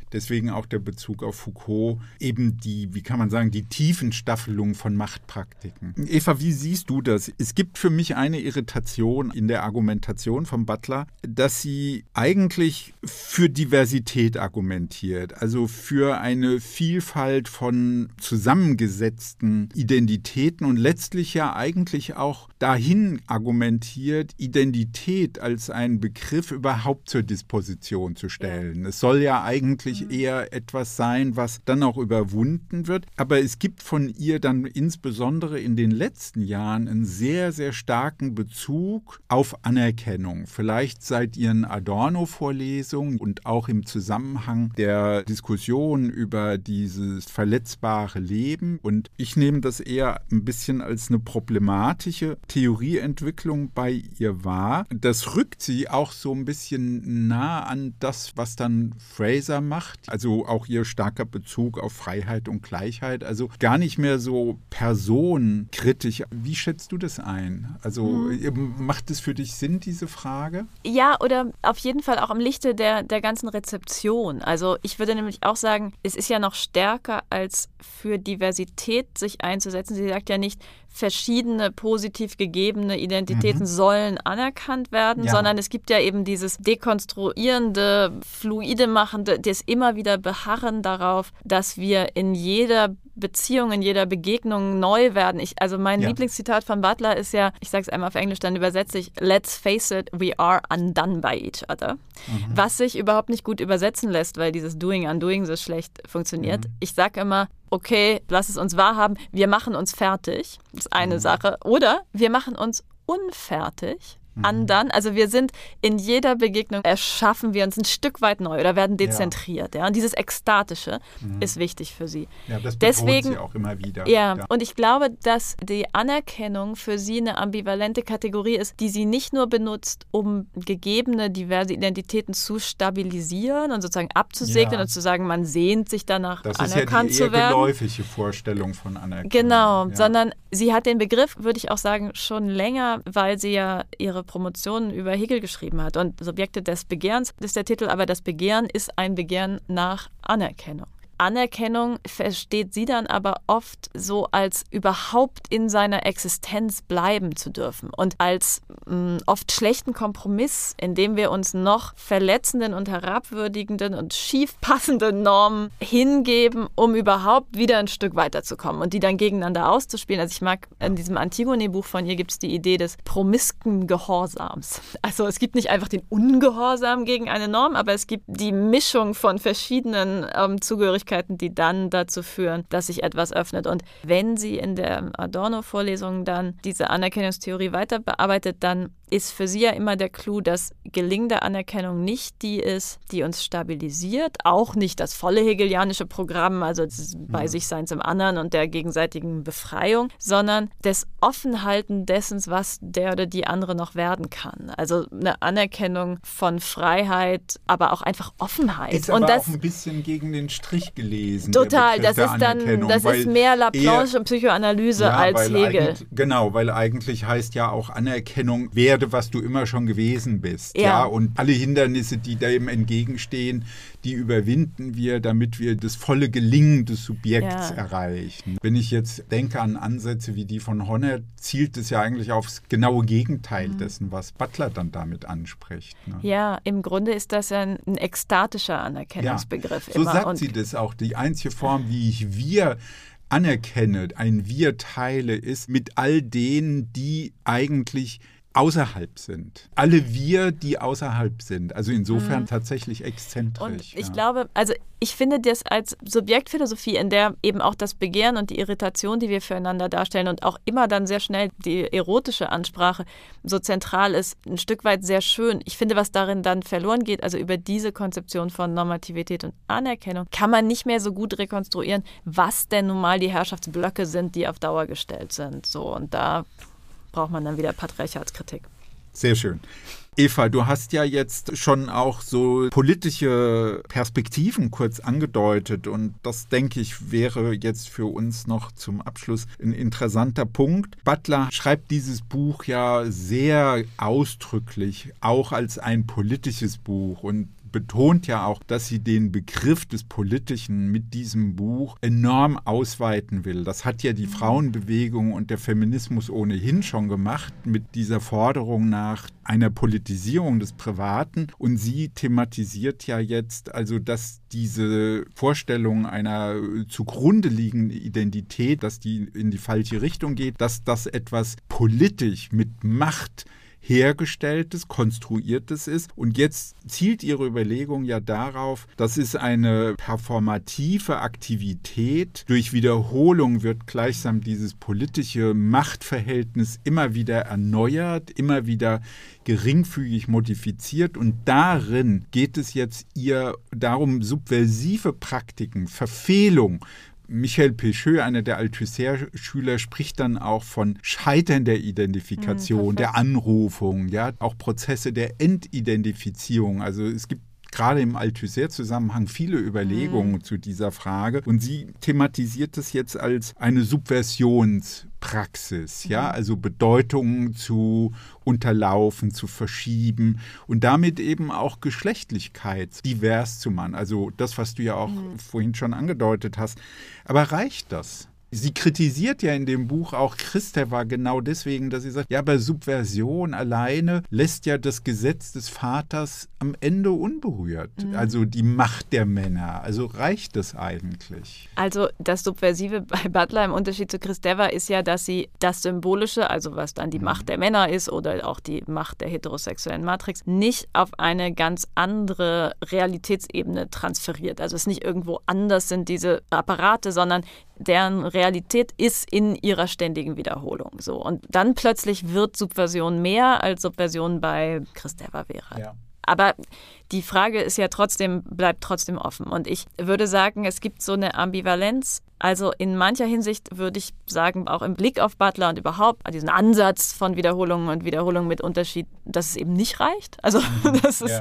deswegen auch der Bezug auf Foucault, eben die, wie kann man sagen, die Tiefenstaffelung von Machtpraktiken. Eva, wie siehst du das? Es gibt für mich eine Irritation in der Argumentation von Butler, dass sie eigentlich für Diversität argumentiert, also für eine Vielfalt von zusammengesetzten Identitäten und letztlich ja eigentlich auch dahin argumentiert, Identität als einen Begriff überhaupt zur Disposition zu stellen. Ja. Es soll ja eigentlich mhm. eher etwas sein, was dann auch überwunden wird. Aber es gibt von ihr dann insbesondere in den letzten Jahren einen sehr, sehr starken Bezug auf Anerkennung. Vielleicht seit ihren Adorno-Vorlesungen und auch im Zusammenhang der Diskussion über dieses verletzbare Leben. Und ich nehme das eher ein bisschen als eine problematische Theorieentwicklung bei ihr wahr. Das rückt sie auch so ein bisschen nah an das, was dann Fraser macht. Also auch ihr starker Bezug auf Freiheit und Gleichheit. Also gar nicht mehr so personenkritisch. Wie schätzt du das ein? Also hm. macht es für dich Sinn, diese Frage? Ja, oder auf jeden Fall auch im Lichte der, der ganzen Rezeption. Also ich würde nämlich auch sagen, es ist ja noch stärker als für Diversität sich einzusetzen. Sie sagt ja nicht, verschiedene positiv gegebene Identitäten mhm. sollen anerkannt werden, ja. sondern es gibt ja eben dieses dekonstruierende, fluide machende, das immer wieder Beharren darauf, dass wir in jeder Beziehung, in jeder Begegnung neu werden. Ich, also mein ja. Lieblingszitat von Butler ist ja, ich sage es einmal auf Englisch, dann übersetze ich, let's face it, we are undone by each other. Mhm. Was sich überhaupt nicht gut übersetzen lässt, weil dieses Doing, Undoing so schlecht funktioniert. Mhm. Ich sage immer, okay, lass es uns wahrhaben, wir machen uns fertig, das ist eine mhm. Sache. Oder wir machen uns unfertig. Undone. Also wir sind in jeder Begegnung, erschaffen wir uns ein Stück weit neu oder werden dezentriert. Ja. Ja. Und dieses Ekstatische mhm. ist wichtig für sie. Ja, das betont sie auch immer wieder. Ja. ja, und ich glaube, dass die Anerkennung für sie eine ambivalente Kategorie ist, die sie nicht nur benutzt, um gegebene diverse Identitäten zu stabilisieren und sozusagen abzusegnen ja. und zu sagen, man sehnt sich danach, das anerkannt zu werden. Das ist ja die eher geläufige Vorstellung von Anerkennung. Genau, ja. sondern sie hat den Begriff, würde ich auch sagen, schon länger, weil sie ja ihre Promotion über Hegel geschrieben hat. Und Subjekte des Begehrens ist der Titel, aber das Begehren ist ein Begehren nach Anerkennung. Anerkennung versteht sie dann aber oft so als überhaupt in seiner Existenz bleiben zu dürfen und als mh, oft schlechten Kompromiss, in dem wir uns noch verletzenden und herabwürdigenden und schief passenden Normen hingeben, um überhaupt wieder ein Stück weiterzukommen und die dann gegeneinander auszuspielen. Also ich mag, in diesem Antigone-Buch von ihr gibt es die Idee des promisken Gehorsams. Also es gibt nicht einfach den Ungehorsam gegen eine Norm, aber es gibt die Mischung von verschiedenen ähm, Zugehörigkeiten, die dann dazu führen, dass sich etwas öffnet. Und wenn sie in der Adorno-Vorlesung dann diese Anerkennungstheorie weiter bearbeitet, dann ist für sie ja immer der Clou, dass gelingende Anerkennung nicht die ist, die uns stabilisiert, auch nicht das volle hegelianische Programm, also das bei mhm. sich Seins im anderen und der gegenseitigen Befreiung, sondern das Offenhalten dessen, was der oder die andere noch werden kann. Also eine Anerkennung von Freiheit, aber auch einfach Offenheit. Ist und aber das, auch ein bisschen gegen den Strich gelesen. Total, das ist dann, das ist mehr Laplanche und Psychoanalyse ja, als Hegel. Genau, weil eigentlich heißt ja auch Anerkennung, werde, was du immer schon gewesen bist. Ja. ja. Und alle Hindernisse, die dem entgegenstehen, die überwinden wir, damit wir das volle Gelingen des Subjekts ja. erreichen. Wenn ich jetzt denke an Ansätze wie die von Honner, zielt es ja eigentlich aufs genaue Gegenteil mhm. dessen, was Butler dann damit anspricht. Ne? Ja, im Grunde ist das ein, ein ekstatischer Anerkennungsbegriff. Ja. So immer. sagt Und sie das auch. Die einzige Form, wie ich wir anerkenne, ein Wir teile, ist mit all denen, die eigentlich außerhalb sind. Alle wir, die außerhalb sind. Also insofern mhm. tatsächlich exzentrisch. Und ich ja. glaube, also ich finde das als Subjektphilosophie, in der eben auch das Begehren und die Irritation, die wir füreinander darstellen und auch immer dann sehr schnell die erotische Ansprache so zentral ist, ein Stück weit sehr schön. Ich finde, was darin dann verloren geht, also über diese Konzeption von Normativität und Anerkennung, kann man nicht mehr so gut rekonstruieren, was denn nun mal die Herrschaftsblöcke sind, die auf Dauer gestellt sind. So, und da braucht man dann wieder Patriarchatskritik. Sehr schön. Eva, du hast ja jetzt schon auch so politische Perspektiven kurz angedeutet und das, denke ich, wäre jetzt für uns noch zum Abschluss ein interessanter Punkt. Butler schreibt dieses Buch ja sehr ausdrücklich, auch als ein politisches Buch und betont ja auch, dass sie den Begriff des Politischen mit diesem Buch enorm ausweiten will. Das hat ja die Frauenbewegung und der Feminismus ohnehin schon gemacht mit dieser Forderung nach einer Politisierung des Privaten. Und sie thematisiert ja jetzt, also dass diese Vorstellung einer zugrunde liegenden Identität, dass die in die falsche Richtung geht, dass das etwas politisch mit Macht hergestelltes, konstruiertes ist. Und jetzt zielt ihre Überlegung ja darauf, das ist eine performative Aktivität. Durch Wiederholung wird gleichsam dieses politische Machtverhältnis immer wieder erneuert, immer wieder geringfügig modifiziert. Und darin geht es jetzt ihr darum, subversive Praktiken, Verfehlung. Michel Pecheux, einer der Althusser-Schüler, spricht dann auch von Scheitern der Identifikation, mhm, der Anrufung, ja, auch Prozesse der Entidentifizierung. Also es gibt gerade im Althusser-Zusammenhang viele Überlegungen mhm. zu dieser Frage. Und sie thematisiert es jetzt als eine Subversionspraxis, mhm. ja, also Bedeutungen zu unterlaufen, zu verschieben und damit eben auch Geschlechtlichkeit divers zu machen. Also das, was du ja auch mhm. vorhin schon angedeutet hast. Aber reicht das? Sie kritisiert ja in dem Buch auch Kristeva genau deswegen, dass sie sagt, ja, aber Subversion alleine lässt ja das Gesetz des Vaters am Ende unberührt. Mhm. Also die Macht der Männer. Also reicht das eigentlich? Also das Subversive bei Butler im Unterschied zu Kristeva ist ja, dass sie das Symbolische, also was dann die mhm. Macht der Männer ist oder auch die Macht der heterosexuellen Matrix, nicht auf eine ganz andere Realitätsebene transferiert. Also es nicht irgendwo anders sind diese Apparate, sondern deren Realität ist in ihrer ständigen Wiederholung. So. Und dann plötzlich wird Subversion mehr, als Subversion bei Kristeva wäre. Ja. Aber die Frage ist ja trotzdem, bleibt trotzdem offen. Und ich würde sagen, es gibt so eine Ambivalenz. Also in mancher Hinsicht würde ich sagen, auch im Blick auf Butler und überhaupt diesen Ansatz von Wiederholungen und Wiederholungen mit Unterschied, dass es eben nicht reicht. Also das ist, ja, ja.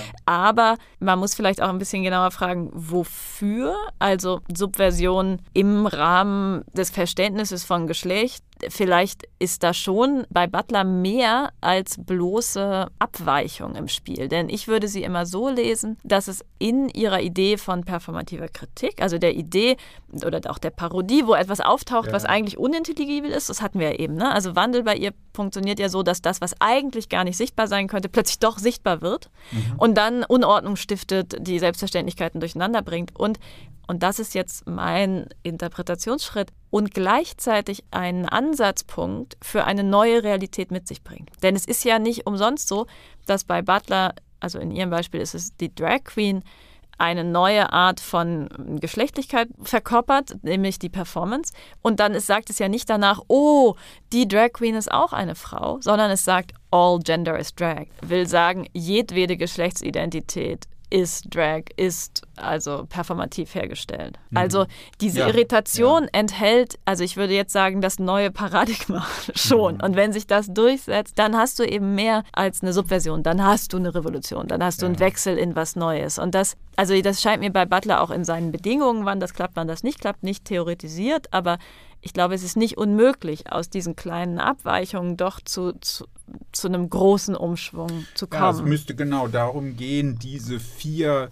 Aber man muss vielleicht auch ein bisschen genauer fragen, wofür? Also Subversion im Rahmen des Verständnisses von Geschlecht. Vielleicht ist da schon bei Butler mehr als bloße Abweichung im Spiel. Denn ich würde sie immer so lesen, dass es in ihrer Idee von performativer Kritik, also der Idee oder auch der Parodie, wo etwas auftaucht, ja. was eigentlich unintelligibel ist, das hatten wir ja eben. Ne? Also Wandel bei ihr funktioniert ja so, dass das, was eigentlich gar nicht sichtbar sein könnte, plötzlich doch sichtbar wird mhm. und dann Unordnung stiftet, die Selbstverständlichkeiten durcheinander bringt. Und Und das ist jetzt mein Interpretationsschritt und gleichzeitig einen Ansatzpunkt für eine neue Realität mit sich bringt. Denn es ist ja nicht umsonst so, dass bei Butler, also in ihrem Beispiel ist es die Drag Queen, eine neue Art von Geschlechtlichkeit verkörpert, nämlich die Performance. Und dann ist, sagt es ja nicht danach, oh, die Drag Queen ist auch eine Frau, sondern es sagt, all gender is drag. Will sagen, jedwede Geschlechtsidentität ist Drag, ist also performativ hergestellt. Mhm. Also diese ja, Irritation ja. enthält, also ich würde jetzt sagen, das neue Paradigma schon. Mhm. Und wenn sich das durchsetzt, dann hast du eben mehr als eine Subversion, dann hast du eine Revolution, dann hast du ja. einen Wechsel in was Neues. Und das, also das scheint mir bei Butler auch in seinen Bedingungen, wann das klappt, wann das nicht klappt, nicht theoretisiert, aber ich glaube, es ist nicht unmöglich, aus diesen kleinen Abweichungen doch zu, zu, zu einem großen Umschwung zu kommen. Ja, es müsste genau darum gehen, diese vier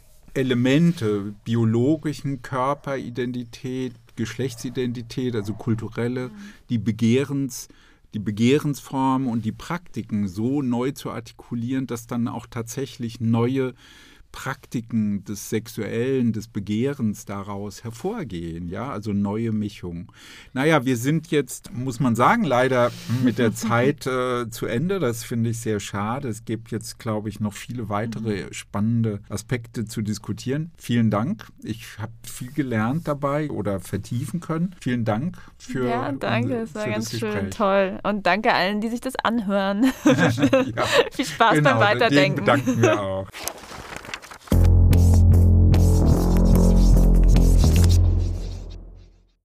Elemente, biologischen Körperidentität, Geschlechtsidentität, also kulturelle, die Begehrens, die Begehrensformen und die Praktiken so neu zu artikulieren, dass dann auch tatsächlich neue Praktiken des Sexuellen, des Begehrens daraus hervorgehen, ja, also neue Mischung. Naja, wir sind jetzt, muss man sagen, leider mit der Zeit äh, zu Ende. Das finde ich sehr schade. Es gibt jetzt, glaube ich, noch viele weitere mhm. spannende Aspekte zu diskutieren. Vielen Dank. Ich habe viel gelernt dabei oder vertiefen können. Vielen Dank für Ja, danke. Es war ganz schön toll. Und danke allen, die sich das anhören. ja, Viel Spaß genau, beim Weiterdenken. Den bedanken wir auch.